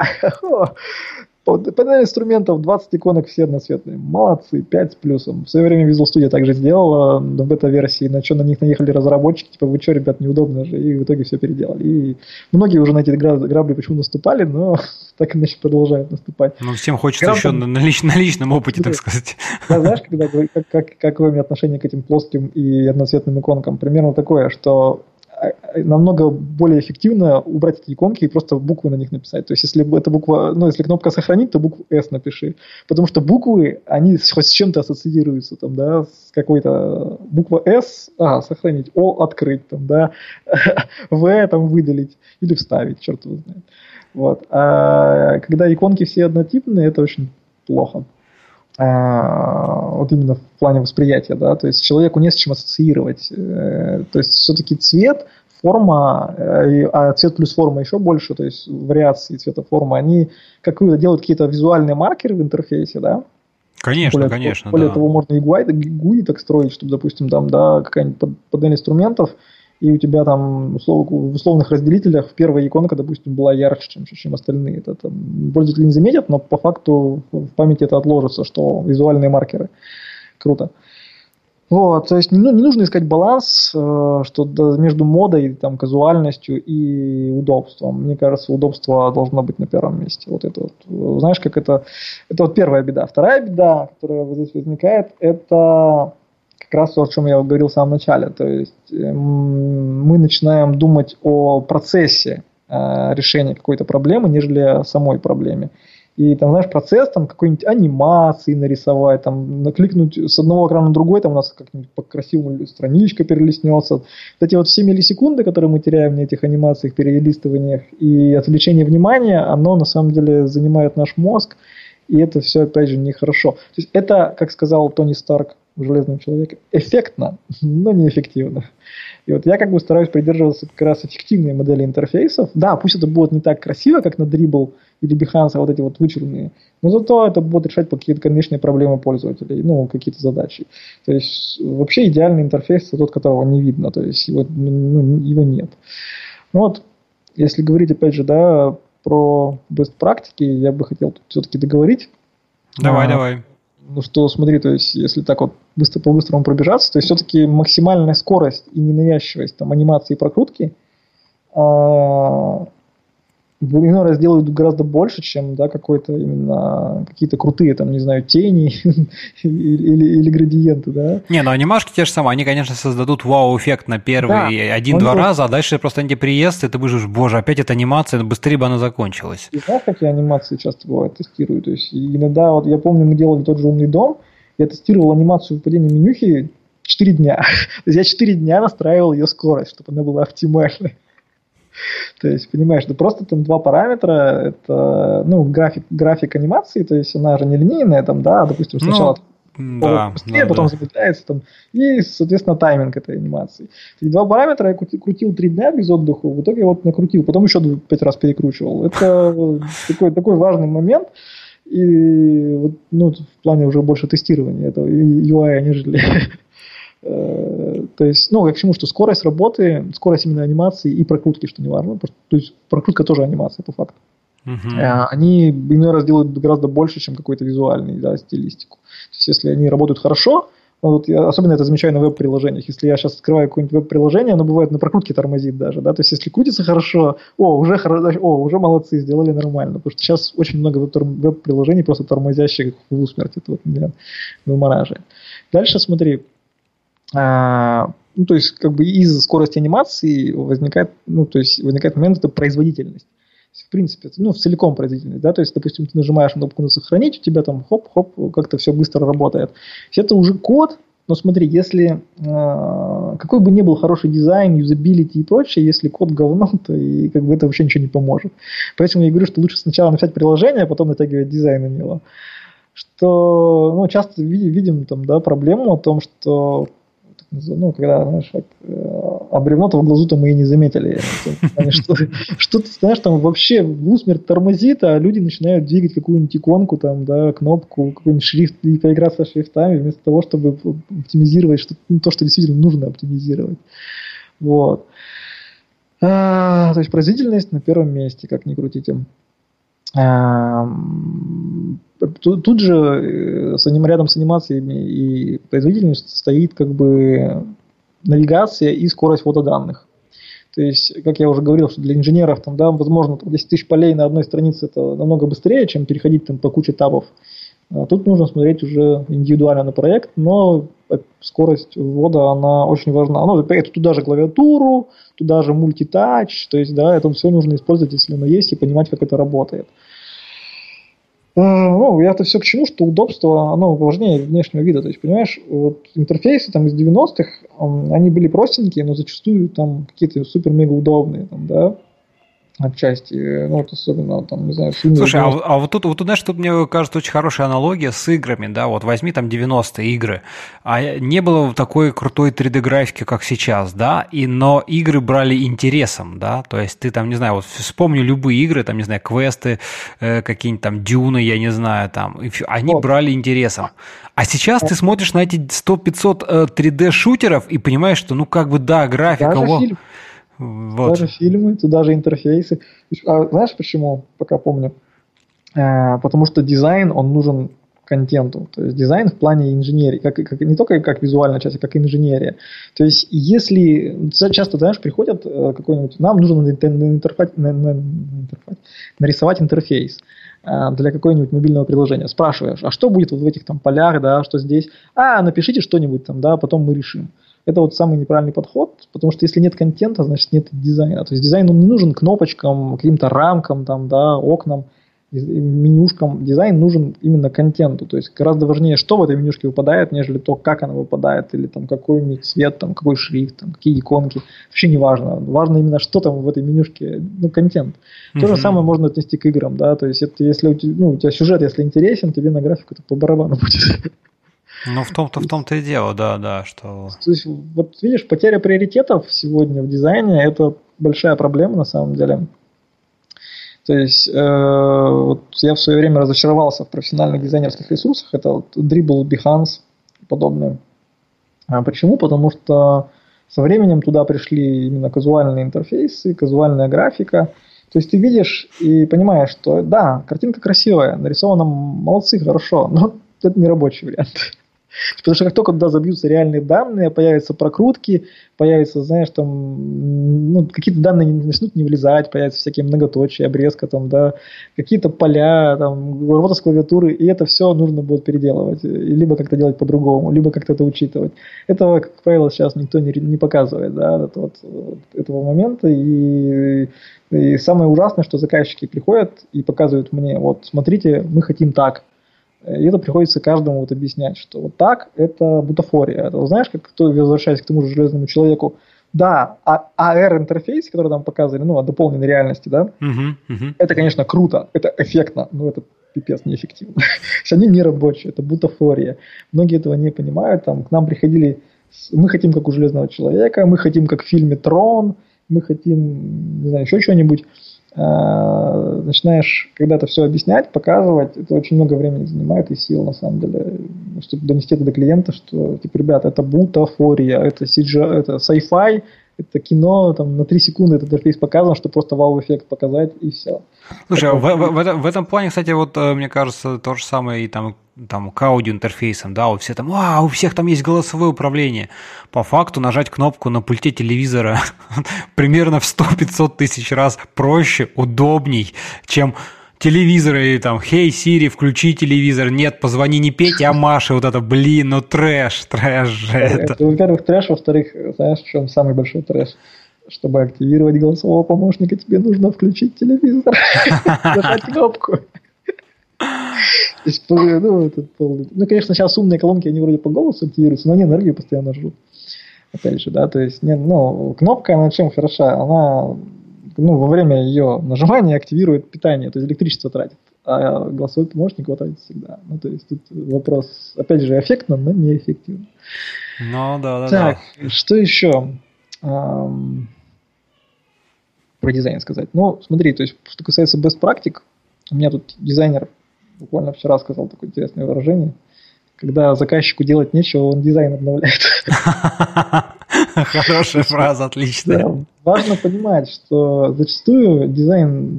Панель инструментов, 20 иконок все одноцветные. Молодцы, 5 с плюсом. В свое время Visual Studio также сделала в бета-версии, на что на них наехали разработчики, типа, вы что, ребят, неудобно же, и в итоге все переделали. И многие уже на эти грабли почему наступали, но так иначе продолжают наступать. Ну, всем хочется еще на личном опыте, так сказать. Да, знаешь, когда, какое у меня отношение к этим плоским и одноцветным иконкам? Примерно такое, что намного более эффективно убрать эти иконки и просто буквы на них написать. То есть, если эта буква, ну, если кнопка сохранить, то букву S напиши. Потому что буквы, они хоть с чем-то ассоциируются, там, да, с какой-то буква S, сохранить, O открыть, там, да, V там выдалить или вставить, черт его знает. Вот. А когда иконки все однотипные, это очень плохо. Вот именно в плане восприятия, да, то есть человеку не с чем ассоциировать, то есть все-таки цвет, форма, а цвет плюс форма еще больше, то есть вариации цвета формы, они делают какие-то визуальные маркеры в интерфейсе, да. Конечно, более того, можно и GUI так строить, чтобы, допустим, там, да, какая-нибудь панель инструментов, и у тебя там в условных разделителях первая иконка, допустим, была ярче, чем остальные. Это там пользователи не заметят, но по факту в памяти это отложится, что визуальные маркеры. Круто. Вот, то есть не нужно искать баланс между модой, там, казуальностью и удобством. Мне кажется, удобство должно быть на первом месте. Вот это вот, знаешь, как это вот первая беда. Вторая беда, которая здесь возникает, это как раз то, о чем я говорил в самом начале. То есть мы начинаем думать о процессе решения какой-то проблемы, нежели о самой проблеме. И там, знаешь, процесс там какой-нибудь анимации нарисовать, там накликнуть с одного экрана на другой, там у нас как-нибудь по красивому страничка перелистнется. Вот эти вот все миллисекунды, которые мы теряем на этих анимациях, перелистываниях и отвлечение внимания, оно на самом деле занимает наш мозг, и это все, опять же, нехорошо. То есть это, как сказал Тони Старк в «Железном человеке», эффектно, но неэффективно. И вот я как бы стараюсь придерживаться как раз эффективной модели интерфейсов. Да, пусть это будет не так красиво, как на Dribble или Behance, вот эти вот вычурные, но зато это будет решать какие-то конечные проблемы пользователей, ну, какие-то задачи. То есть вообще идеальный интерфейс – это тот, которого не видно, то есть его нет. Ну вот, если говорить, опять же, да, про best практики, я бы хотел тут все-таки договорить. Давай. Ну что, смотри, то есть, если так вот по-быстрому пробежаться, то есть, все-таки максимальная скорость и ненавязчивость там, анимации и прокрутки иной раз делают гораздо больше, чем, да, какие-то крутые, там, не знаю, тени или градиенты, да. Не, ну анимашки те же самые, они, конечно, создадут вау-эффект на первые 1-2 раза, а дальше просто они тебе приезд, и ты будешь, боже, опять эта анимация, быстрее бы она закончилась. И знаешь, какие анимации часто бывают, тестирую, то есть иногда, вот я помню, мы делали тот же «Умный дом», я тестировал анимацию выпадения менюхи 4 дня. То есть я 4 дня настраивал ее скорость, чтобы она была оптимальной. То есть, понимаешь, да просто там два параметра, это, ну, график анимации, то есть она же не линейная, там, да, допустим, сначала быстрее, потом замедляется, там, и, соответственно, тайминг этой анимации. И два параметра я крутил 3 дня без отдыха, в итоге вот накрутил, потом еще 5 раз перекручивал. Это такой важный момент, и вот, ну, в плане уже больше тестирования этого UI, нежели... То есть, ну, к чему, что скорость работы, скорость именно анимации и прокрутки, что не важно. То есть, прокрутка тоже анимация, по факту. Они иной раз делают гораздо больше, чем какой-то визуальный, да, стилистику. То есть, если они работают хорошо, вот я особенно это замечаю на веб-приложениях. Если я сейчас открываю какое-нибудь веб-приложение, оно бывает на прокрутке тормозит даже, да, то есть, если крутится хорошо, уже молодцы, сделали нормально, потому что сейчас очень много веб-приложений просто тормозящих в усмерть, это вот меня вымораживает. Дальше смотри, ну, то есть, как бы из-за скорости анимации возникает момент, это производительность. В принципе, ну, целиком производительность, да, то есть, допустим, ты нажимаешь кнопку на сохранить, у тебя там хоп-хоп, как-то все быстро работает. Если это уже код, Но смотри, если какой бы ни был хороший дизайн, юзабилити и прочее, если код говно, то и как бы это вообще ничего не поможет. Поэтому я говорю, что лучше сначала написать приложение, а потом натягивать дизайн на него. Что часто видим там, да, проблему о том, что когда, знаешь, а бревно-то в глазу-то мы и не заметили. Что ты знаешь, там вообще в усмерть тормозит, а люди начинают двигать какую-нибудь иконку, там, да, кнопку, какой-нибудь шрифт и поиграться со шрифтами, вместо того, чтобы оптимизировать то, что действительно нужно оптимизировать. Вот. То есть производительность на первом месте, как ни крутите. Тут же рядом с анимациями и производительностью стоит как бы навигация и скорость ввода данных. То есть, как я уже говорил, что для инженеров там, да, возможно, 10 тысяч полей на одной странице это намного быстрее, чем переходить там по куче табов. Тут нужно смотреть уже индивидуально на проект, но скорость ввода, она очень важна. Это туда же клавиатуру, туда же мультитач, то есть, да, это все нужно использовать, если оно есть, и понимать, как это работает. Это все к чему, что удобство, оно важнее внешнего вида. То есть, понимаешь, вот интерфейсы там из 90-х, они были простенькие, но зачастую там какие-то супер-мега удобные, там, да, отчасти, особенно, там, не знаю... Слушай, а вот тут, знаешь, тут мне кажется очень хорошая аналогия с играми, да, вот возьми там 90-е игры, а не было такой крутой 3D-графики, как сейчас, да, но игры брали интересом, да, то есть ты там, не знаю, вот вспомни любые игры, там, не знаю, квесты, какие-нибудь там Дюны, я не знаю, там, они брали интересом. А сейчас ты смотришь на эти 100-500 3D-шутеров и понимаешь, что, да, графика... Вот. Даже фильмы, туда же интерфейсы. Знаешь почему? Пока помню. Потому что дизайн, он нужен контенту. То есть дизайн в плане инженерии. Не только как визуальная часть, а как инженерия. То есть если... Часто, знаешь, приходят какой-нибудь... Нам нужно нарисовать интерфейс для какого-нибудь мобильного приложения. Спрашиваешь, а что будет вот в этих там полях, да, что здесь? Напишите что-нибудь там, да, потом мы решим. Это вот самый неправильный подход, потому что если нет контента, значит нет дизайна. То есть дизайн он не нужен кнопочкам, каким-то рамкам, там, да, окнам, менюшкам. Дизайн нужен именно контенту. То есть гораздо важнее, что в этой менюшке выпадает, нежели то, как она выпадает, или там какой-нибудь цвет, там, какой шрифт, там, какие иконки. Вообще не важно. Важно именно, что там в этой менюшке, контент. То же самое можно отнести к играм, да. То есть это, если у тебя сюжет, если интересен, тебе на графику-то по барабану будет. В том-то и дело, да, что... То есть, вот видишь, потеря приоритетов сегодня в дизайне – это большая проблема на самом деле. То есть, вот я в свое время разочаровался в профессиональных дизайнерских ресурсах, это вот Dribbble, Behance и подобное. Почему? Потому что со временем туда пришли именно казуальные интерфейсы, казуальная графика. То есть ты видишь и понимаешь, что да, картинка красивая, нарисована молодцы, хорошо, но это не рабочий вариант. Потому что как только туда забьются реальные данные, появятся прокрутки, появятся, знаешь, там, какие-то данные начнут не влезать, появятся всякие многоточия, обрезка, там, да, какие-то поля, там, работа с клавиатурой, и это все нужно будет переделывать, либо как-то делать по-другому, либо как-то это учитывать. Этого, как правило, сейчас никто не показывает, да, этого момента, и самое ужасное, что заказчики приходят и показывают мне, вот, смотрите, мы хотим так. И это приходится каждому вот объяснять, что вот так это бутафория. Это, знаешь, как кто, возвращаясь к тому же железному человеку, да, AR-интерфейс, который там показывали, о дополненной реальности, да, это, конечно, круто, это эффектно, но это пипец неэффективно. Они не рабочие, это бутафория. Многие этого не понимают. Там, к нам приходили, мы хотим как у железного человека, мы хотим как в фильме «Трон», мы хотим, не знаю, еще что-нибудь. Начинаешь когда-то все объяснять, показывать, это очень много времени занимает и сил, на самом деле, чтобы донести это до клиента, что, типа, ребята, это бутафория, это CGI, это sci-fi, это кино, там, на 3 секунды этот интерфейс показан, чтобы просто вау-эффект показать, и все. Слушай, в этом плане, кстати, вот, мне кажется, то же самое и там к аудиоинтерфейсам, да, вот все там, у всех там есть голосовое управление. По факту нажать кнопку на пульте телевизора примерно в 100-500 тысяч раз проще, удобней, чем телевизор или там, «Хей, Сири, включи телевизор», нет, позвони не Пете, а Маше, вот это, трэш же это. Во-первых, трэш, во-вторых, знаешь, в чем самый большой трэш? Чтобы активировать голосового помощника, тебе нужно включить телевизор, нажать кнопку. Конечно, сейчас умные колонки, они вроде по голосу активируются, но они энергию постоянно жрут. Опять же, да, то есть, кнопка, она чем хороша? Она, во время ее нажимания активирует питание, то есть электричество тратит, а голосовой помощник его тратит всегда. То есть, тут вопрос, опять же, эффектно, но неэффективно. Да. Так, что еще про дизайн сказать? Смотри, то есть, что касается best практик, у меня тут дизайнер буквально вчера сказал такое интересное выражение. Когда заказчику делать нечего, он дизайн обновляет. Хорошая фраза, отличная. Да, важно понимать, что зачастую дизайн,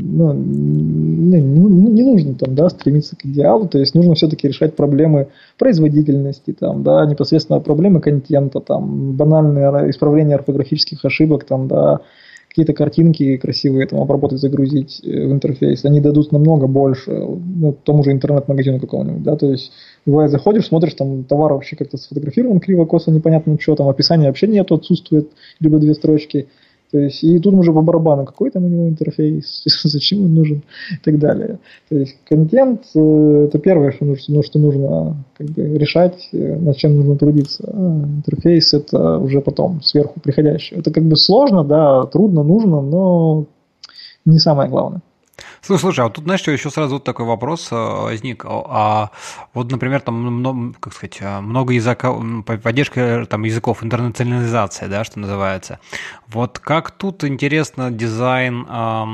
не нужно стремиться к идеалу, то есть нужно все-таки решать проблемы производительности, непосредственно проблемы контента, банальное исправление орфографических ошибок, какие-то картинки красивые обработать, загрузить в интерфейс, они дадут намного больше, тому же интернет-магазину какому-нибудь, то есть бывает, заходишь, смотришь, товар вообще как-то сфотографирован криво-косо, непонятно что, описания вообще нету, отсутствует, либо 2 строчки, то есть, и тут уже по барабану, какой там у него интерфейс, зачем он нужен, и так далее. То есть, контент – это первое, что нужно решать, над чем нужно трудиться. Интерфейс – это уже потом, сверху приходящее. Это сложно, да, трудно, нужно, но не самое главное. Слушай, а вот тут, знаешь, что еще сразу такой вопрос возник. Вот, например, много языков, поддержка языков, интернационализация, да, что называется. Вот как тут интересно дизайн,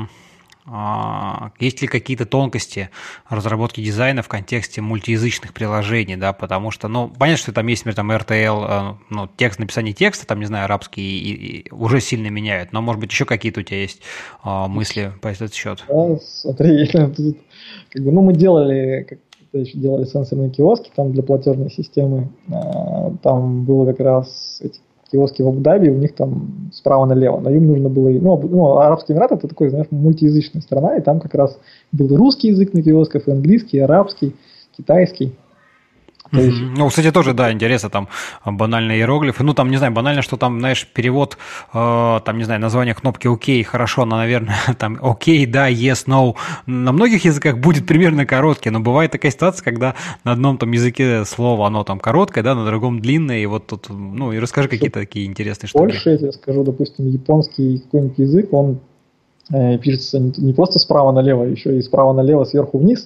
есть ли какие-то тонкости разработки дизайна в контексте мультиязычных приложений, да, потому что, понятно, что там есть, например, RTL, текст, написание текста, не знаю, арабский и уже сильно меняют, но, может быть, еще какие-то у тебя есть мысли по этот счет? Да, смотри, тут, мы делали сенсорные киоски для платежной системы, там было как раз эти киоски в Абу-Даби, у них там справа налево, но им нужно было, Арабский Эмират это такой, знаешь, мультиязычная страна, и там как раз был русский язык на киосках, и английский, и арабский, китайский. Кстати, тоже, да, интересно, там банальные иероглифы, не знаю, банально, что там, знаешь, перевод, не знаю, название кнопки «Окей», хорошо, но, наверное, там «Окей», «Да», «Yes», «No», на многих языках будет примерно короткий, но бывает такая ситуация, когда на одном языке слово, оно короткое, да, на другом длинное, и вот тут, и расскажи какие-то такие интересные штуки. Больше, я тебе скажу, допустим, японский какой-нибудь язык, он пишется не просто справа налево, еще и справа налево, сверху вниз.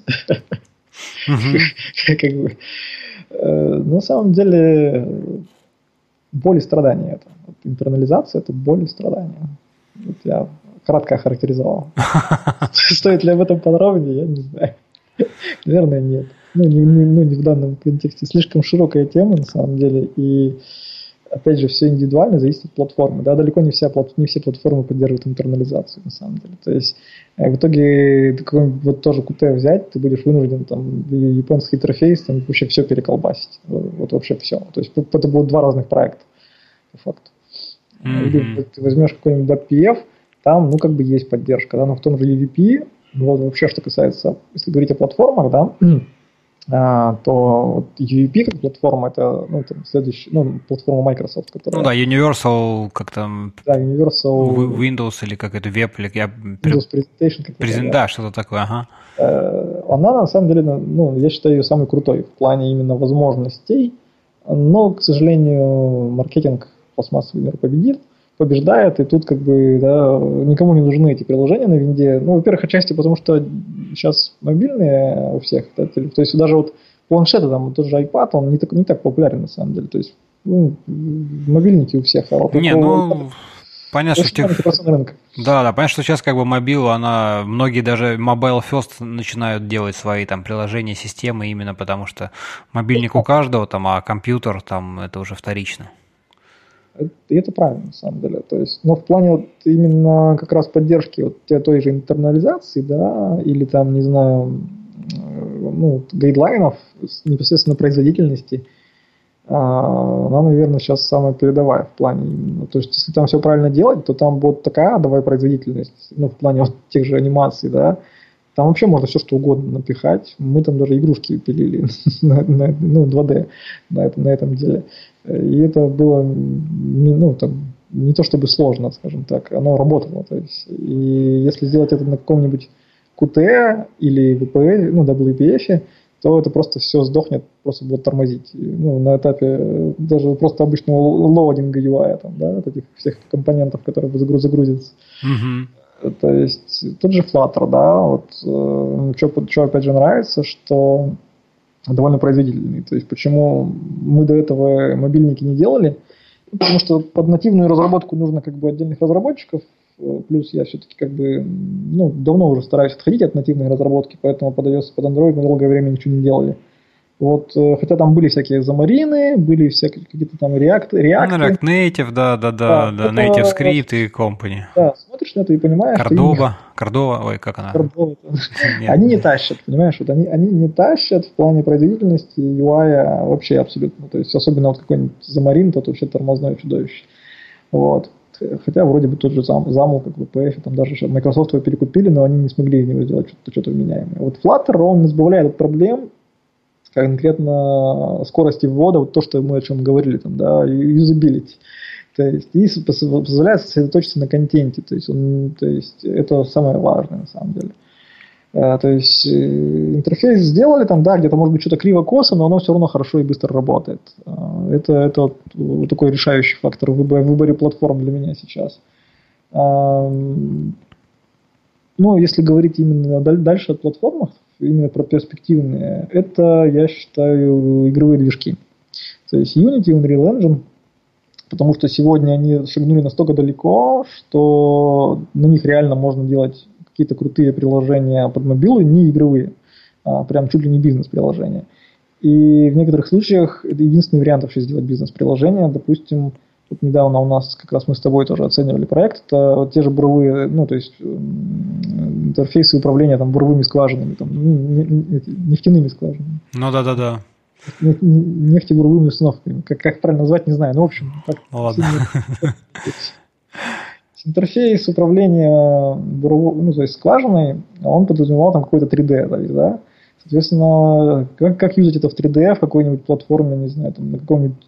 На самом деле боль и страдания это. Интернализация – это боль и страдания. Я кратко охарактеризовал. Стоит ли об этом подробнее, я не знаю. Наверное, нет. Не в данном контексте. Слишком широкая тема, на самом деле, и опять же, все индивидуально зависит от платформы. Да, далеко не все платформы поддерживают интернализацию, на самом деле. То есть, в итоге, какой-нибудь тоже Qt взять, ты будешь вынужден японский интерфейс, вообще все переколбасить. Вот вообще все. То есть, это будут 2 разных проекта, по факту. Или ты возьмешь какой-нибудь WebPF, там, есть поддержка, да, но в том же UVP, вообще, что касается, если говорить о платформах, да, то UEP как платформа, это следующая, платформа Microsoft, которая... Universal как там... Да, Universal... Windows или как это, Web, или... Windows Presentation. Да, что-то такое, ага. Она, на самом деле, я считаю ее самой крутой в плане именно возможностей, но, к сожалению, маркетинг пластмассовый мир побеждает, и тут никому не нужны эти приложения на винде. Во-первых, отчасти потому, что сейчас мобильные у всех, да, то есть даже планшеты, тот же iPad, он не так популярен на самом деле, то есть мобильники у всех. Понятно, что понятно, что сейчас мобил, многие даже Mobile First начинают делать свои приложения, системы, именно потому что мобильник у каждого, а компьютер это уже вторично. И это правильно, на самом деле. То есть, но в плане именно как раз поддержки той же интернализации, да, или не знаю, гайдлайнов непосредственно производительности, она, наверное, сейчас самая передовая в плане именно. То есть, если там все правильно делать, то там будет такая адовая производительность, в плане тех же анимаций, да, там вообще можно все что угодно напихать. Мы там даже игрушки пилили 2D на этом деле. И это было не то чтобы сложно, скажем так, оно работало. То есть, и если сделать это на каком-нибудь Qt или WPF, WPF, то это просто все сдохнет, просто будет тормозить. Ну, на этапе даже просто обычного лоудинга UI, там, да, вот этих всех компонентов, которые загрузятся. То есть тот же Flutter, да, вот что опять же нравится, что довольно производительный. То есть почему мы до этого мобильники не делали? Потому что под нативную разработку нужно как бы отдельных разработчиков, плюс я все-таки как бы, ну, давно уже стараюсь отходить от нативной разработки, поэтому под iOS, под Android мы долгое время ничего не делали. Вот, хотя там были всякие Xamarin, были всякие какие-то там React. React Native, да, Native Script и Company. Да, смотришь на это и понимаешь, Cordova, ой, как она? Cordova. Они не тащат, понимаешь, вот они не тащат в плане производительности UI вообще абсолютно. То есть, особенно вот какой-нибудь Xamarin, тот вообще тормозное чудовище. Вот. Хотя вроде бы тот же XAML, как в WPF, там даже Microsoft его перекупили, но они не смогли из него сделать что-то вменяемое. Вот Flutter, он избавляет от проблем, конкретно скорости ввода, вот то, что мы о чем говорили, там, да, юзабилити. То есть, и позволяет сосредоточиться на контенте. То есть это самое важное на самом деле. То есть интерфейс сделали, там, да, где-то может быть что-то криво-косо, но оно все равно хорошо и быстро работает. Это вот такой решающий фактор в выборе платформ для меня сейчас. Ну, если говорить именно дальше о платформах, именно про перспективные, это, я считаю, игровые движки. То есть Unity и Unreal Engine, потому что сегодня они шагнули настолько далеко, что на них реально можно делать какие-то крутые приложения под мобилу, не игровые, а прям чуть ли не бизнес-приложения. И в некоторых случаях это единственный вариант вообще сделать бизнес-приложение. Допустим, вот недавно у нас, как раз мы с тобой тоже оценивали проект, это вот те же буровые, ну, то есть интерфейсы управления там буровыми скважинами, там, нефтяными скважинами. Ну да. Нефтебуровыми установками. Как правильно назвать, не знаю. Ну, в общем, ладно. Интерфейс управления буровой, ну, то есть скважиной, он подразумевал там какой-то 3D, то есть, да. Соответственно, как юзать это в 3D, в какой-нибудь платформе, не знаю, там, на каком-нибудь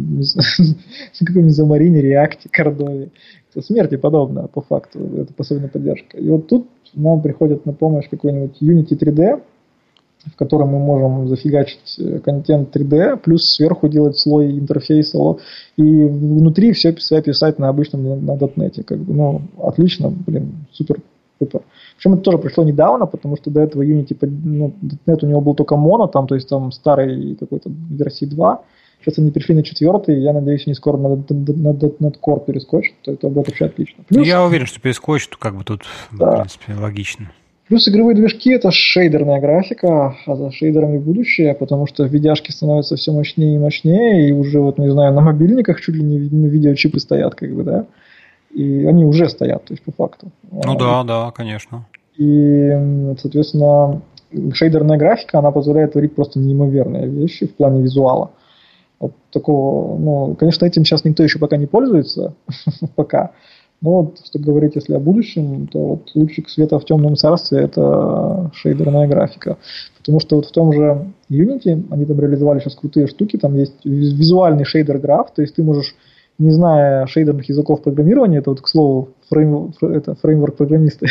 Xamarin, React, Cordova. Это смерти подобно, по факту, это пособная поддержка. И вот тут нам приходит на помощь какой-нибудь Unity 3D, в котором мы можем зафигачить контент 3D, плюс сверху делать слой интерфейса, и внутри все писать на обычном, на .NET. Как бы, ну, отлично, супер. Причем это тоже пришло недавно, потому что до этого Unity, ну, .NET у него был только моно, там, то есть там старый какой-то версии 2. Сейчас они перешли на 4, я надеюсь, они скоро на .NET Core перескочат, то это будет вообще отлично. Плюс, я уверен, что перескочат, как бы тут, да, в принципе, логично. Плюс игровые движки – это шейдерная графика, а за шейдерами будущее, потому что видяшки становятся все мощнее и мощнее, и уже, вот не знаю, на мобильниках чуть ли не видеочипы стоят, как бы, да, и они уже стоят, то есть по факту. Ну да, конечно. И, соответственно, шейдерная графика, она позволяет творить просто неимоверные вещи в плане визуала. Вот такого, ну, конечно, этим сейчас никто еще пока не пользуется, пока. Но вот, что говорить, если о будущем, то вот лучик света в темном царстве – это шейдерная графика. Потому что вот в том же Unity они там реализовали сейчас крутые штуки, там есть визуальный шейдер-граф, то есть ты можешь, не зная шейдерных языков программирования, это вот, к слову, фреймворк программиста,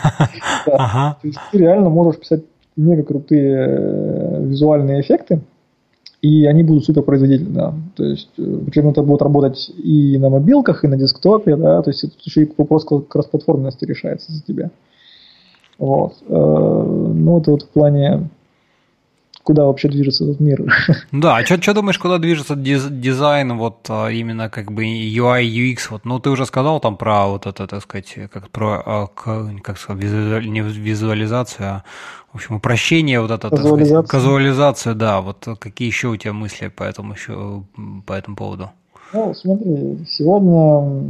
то есть ты реально можешь писать мега крутые визуальные эффекты, и они будут суперпроизводительны, да. То есть, причем это будет работать и на мобилках, и на десктопе, да, то есть это еще и вопрос кроссплатформенности решается за тебя. Вот. Ну, это вот в плане, куда вообще движется этот мир. Да, а что думаешь, куда движется дизайн, вот именно как бы UI, UX, вот, ну, ты уже сказал там про вот это, так сказать, как сказать, не визуализацию, а, в общем, упрощение, вот это, казуализацию, да, вот какие еще у тебя мысли по этому поводу? Ну, смотри, сегодня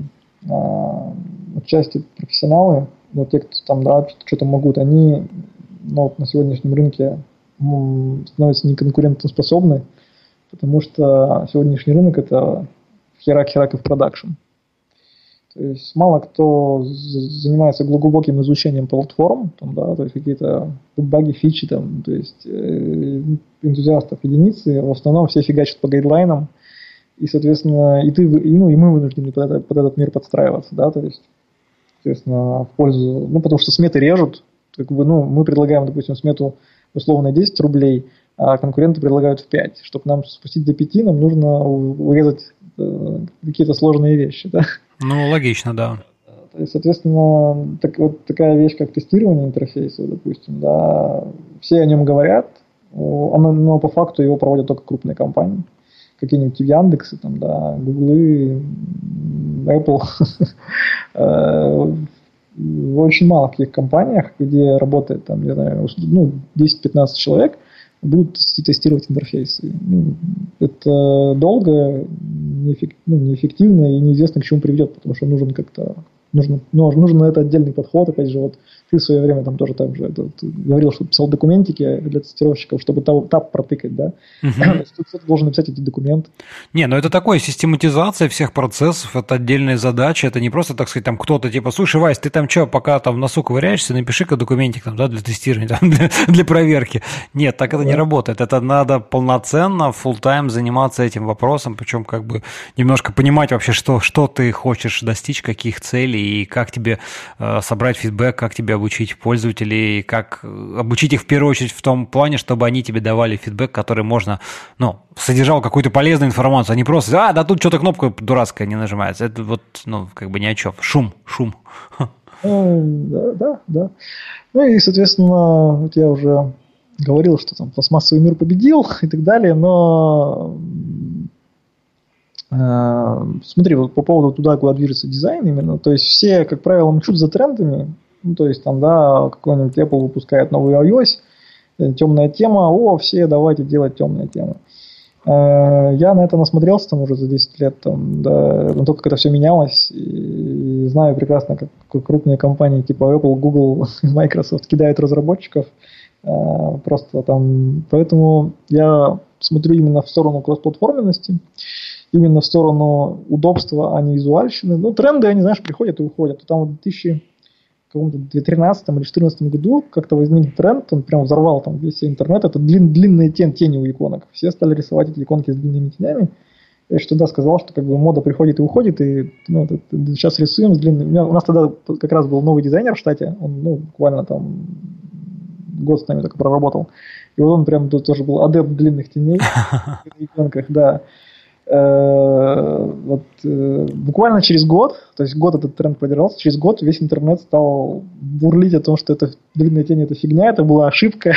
отчасти профессионалы, но те, кто там, да, что-то могут, они, ну, вот на сегодняшнем рынке становятся неконкурентоспособны, потому что сегодняшний рынок – это херак и в продакшн. То есть мало кто занимается глубоким изучением платформ, там, да, то есть какие-то баги, фичи, там, то есть энтузиастов единицы, в основном все фигачат по гайдлайнам, и, соответственно, и мы вынуждены под этот мир подстраиваться, да, то есть, соответственно, в пользу, ну, потому что сметы режут, как бы, ну, мы предлагаем, допустим, смету условно 10 рублей, а конкуренты предлагают в 5. Чтобы нам спустить до 5, нам нужно урезать какие-то сложные вещи. Да? Ну, логично, да. То есть, соответственно, вот такая вещь, как тестирование интерфейса, допустим, да, все о нем говорят, но по факту его проводят только крупные компании. Какие-нибудь Яндексы, там, да, Гуглы, Apple. В очень малых таких компаниях, где работает там, не знаю, 10-15 человек, будут тестировать интерфейсы. Это долго, неэффективно и неизвестно, к чему приведет, потому что нужен на это отдельный подход. Опять же, вот ты в свое время там тоже так же говорил, что писал документики для тестировщиков, чтобы тап протыкать, да? Кто-то должен написать эти документы. Не, ну это такое, систематизация всех процессов, это отдельная задача, это не просто, так сказать, там кто-то типа, слушай, Вась, ты там что, пока там в носу ковыряешься, напиши-ка документик там, да, для тестирования, там, для проверки. Нет, так это не работает, это надо полноценно, full-time заниматься этим вопросом, причем как бы немножко понимать вообще, что ты хочешь достичь, каких целей, и как тебе собрать фидбэк, как тебе обучить пользователей, как обучить их в первую очередь в том плане, чтобы они тебе давали фидбэк, который можно, содержал какую-то полезную информацию, а не просто, да тут что-то кнопка дурацкая не нажимается. Это вот, как бы ни о чем. Шум. Да. Ну и, соответственно, вот я уже говорил, что там пластмассовый мир победил и так далее, но смотри, вот по поводу туда, куда движется дизайн именно, то есть все, как правило, мчут за трендами, то есть там, да, какой-нибудь Apple выпускает новый iOS, темная тема, все давайте делать темные темы. Я на это насмотрелся там уже за 10 лет, там, да, на то, как это все менялось, и знаю прекрасно, как крупные компании типа Apple, Google, Microsoft кидают разработчиков, просто там, поэтому я смотрю именно в сторону кроссплатформенности, именно в сторону удобства, а не визуальщины. Тренды, они, знаешь, приходят и уходят. Там в 2013 или 2014 году как-то возник тренд, он прям взорвал там весь интернет, это длинные тени у иконок. Все стали рисовать эти иконки с длинными тенями. Я еще тогда сказал, что как бы мода приходит и уходит, и сейчас рисуем с длинными. У нас тогда как раз был новый дизайнер в штате, он буквально там год с нами только проработал. И вот он прям тут тоже был адепт длинных теней на иконках, да. Буквально через год, то есть год этот тренд продержался, через год весь интернет стал бурлить о том, что это длинные тени, это фигня, это была ошибка.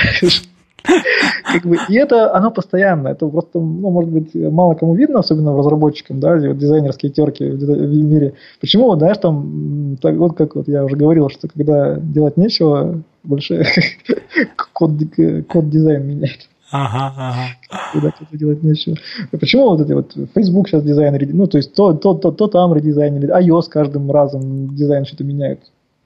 И это оно постоянно, это просто, может быть, мало кому видно, особенно разработчикам, да, дизайнерские терки в мире. Почему, знаешь, там, вот как вот я уже говорил, что когда делать нечего, больше код дизайн меняет. Ага. Когда что-то делать нечего. Почему вот эти вот Facebook сейчас дизайн, то есть то там редизайнили, iOS каждым разом дизайн что-то меняют.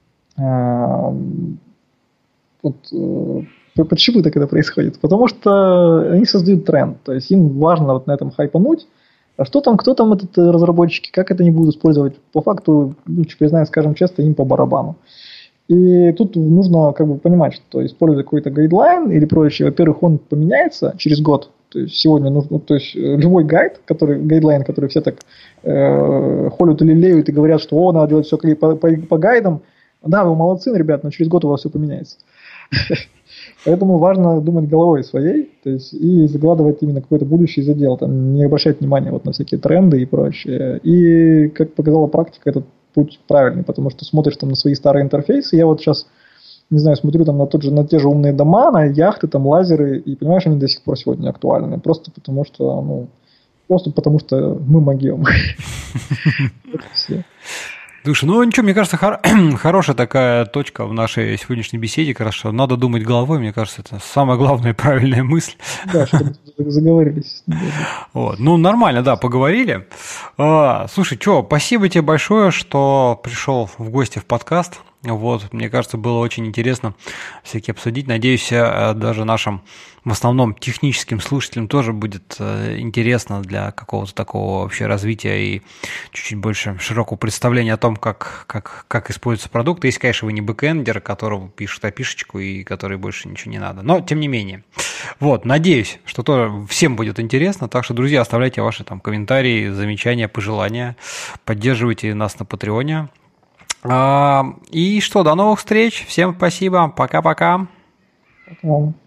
Почему так это происходит? Потому что они создают тренд, то есть им важно вот на этом хайпануть. А кто там этот разработчики, как это они будут использовать? По факту, признаюсь, скажем честно, им по барабану. И тут нужно как бы понимать, что используя какой-то гайдлайн или прочее, во-первых, он поменяется через год. То есть сегодня нужно, то есть любой гайдлайн, который все так холют или леют и говорят, что надо делать все по гайдам. Да, вы молодцы, ребят, но через год у вас все поменяется. Поэтому важно думать головой своей, то есть и закладывать именно какое-то будущее задел, там, не обращать внимания вот на всякие тренды и прочее. И, как показала практика, этот путь правильный, потому что смотришь там на свои старые интерфейсы. Я вот сейчас, не знаю, смотрю там на те же умные дома, на яхты, там лазеры, и понимаешь, они до сих пор сегодня актуальны. Просто потому что мы могем. Слушай, ничего, мне кажется, хорошая такая точка в нашей сегодняшней беседе, как раз, что надо думать головой, мне кажется, это самая главная и правильная мысль. Да, что мы заговорились. Вот. Нормально, да, поговорили. Слушай, спасибо тебе большое, что пришел в гости в подкаст. Вот, мне кажется, было очень интересно всякие обсудить. Надеюсь, даже нашим, в основном, техническим слушателям тоже будет интересно для какого-то такого вообще развития и чуть-чуть больше широкого представления о том, как используются продукты. Если, конечно, вы не бэкэндер, которому пишут API-шечку и который больше ничего не надо. Но, тем не менее. Вот, надеюсь, что тоже всем будет интересно. Так что, друзья, оставляйте ваши там комментарии, замечания, пожелания. Поддерживайте нас на Патреоне. И что, до новых встреч. Всем спасибо. Пока-пока. Пока.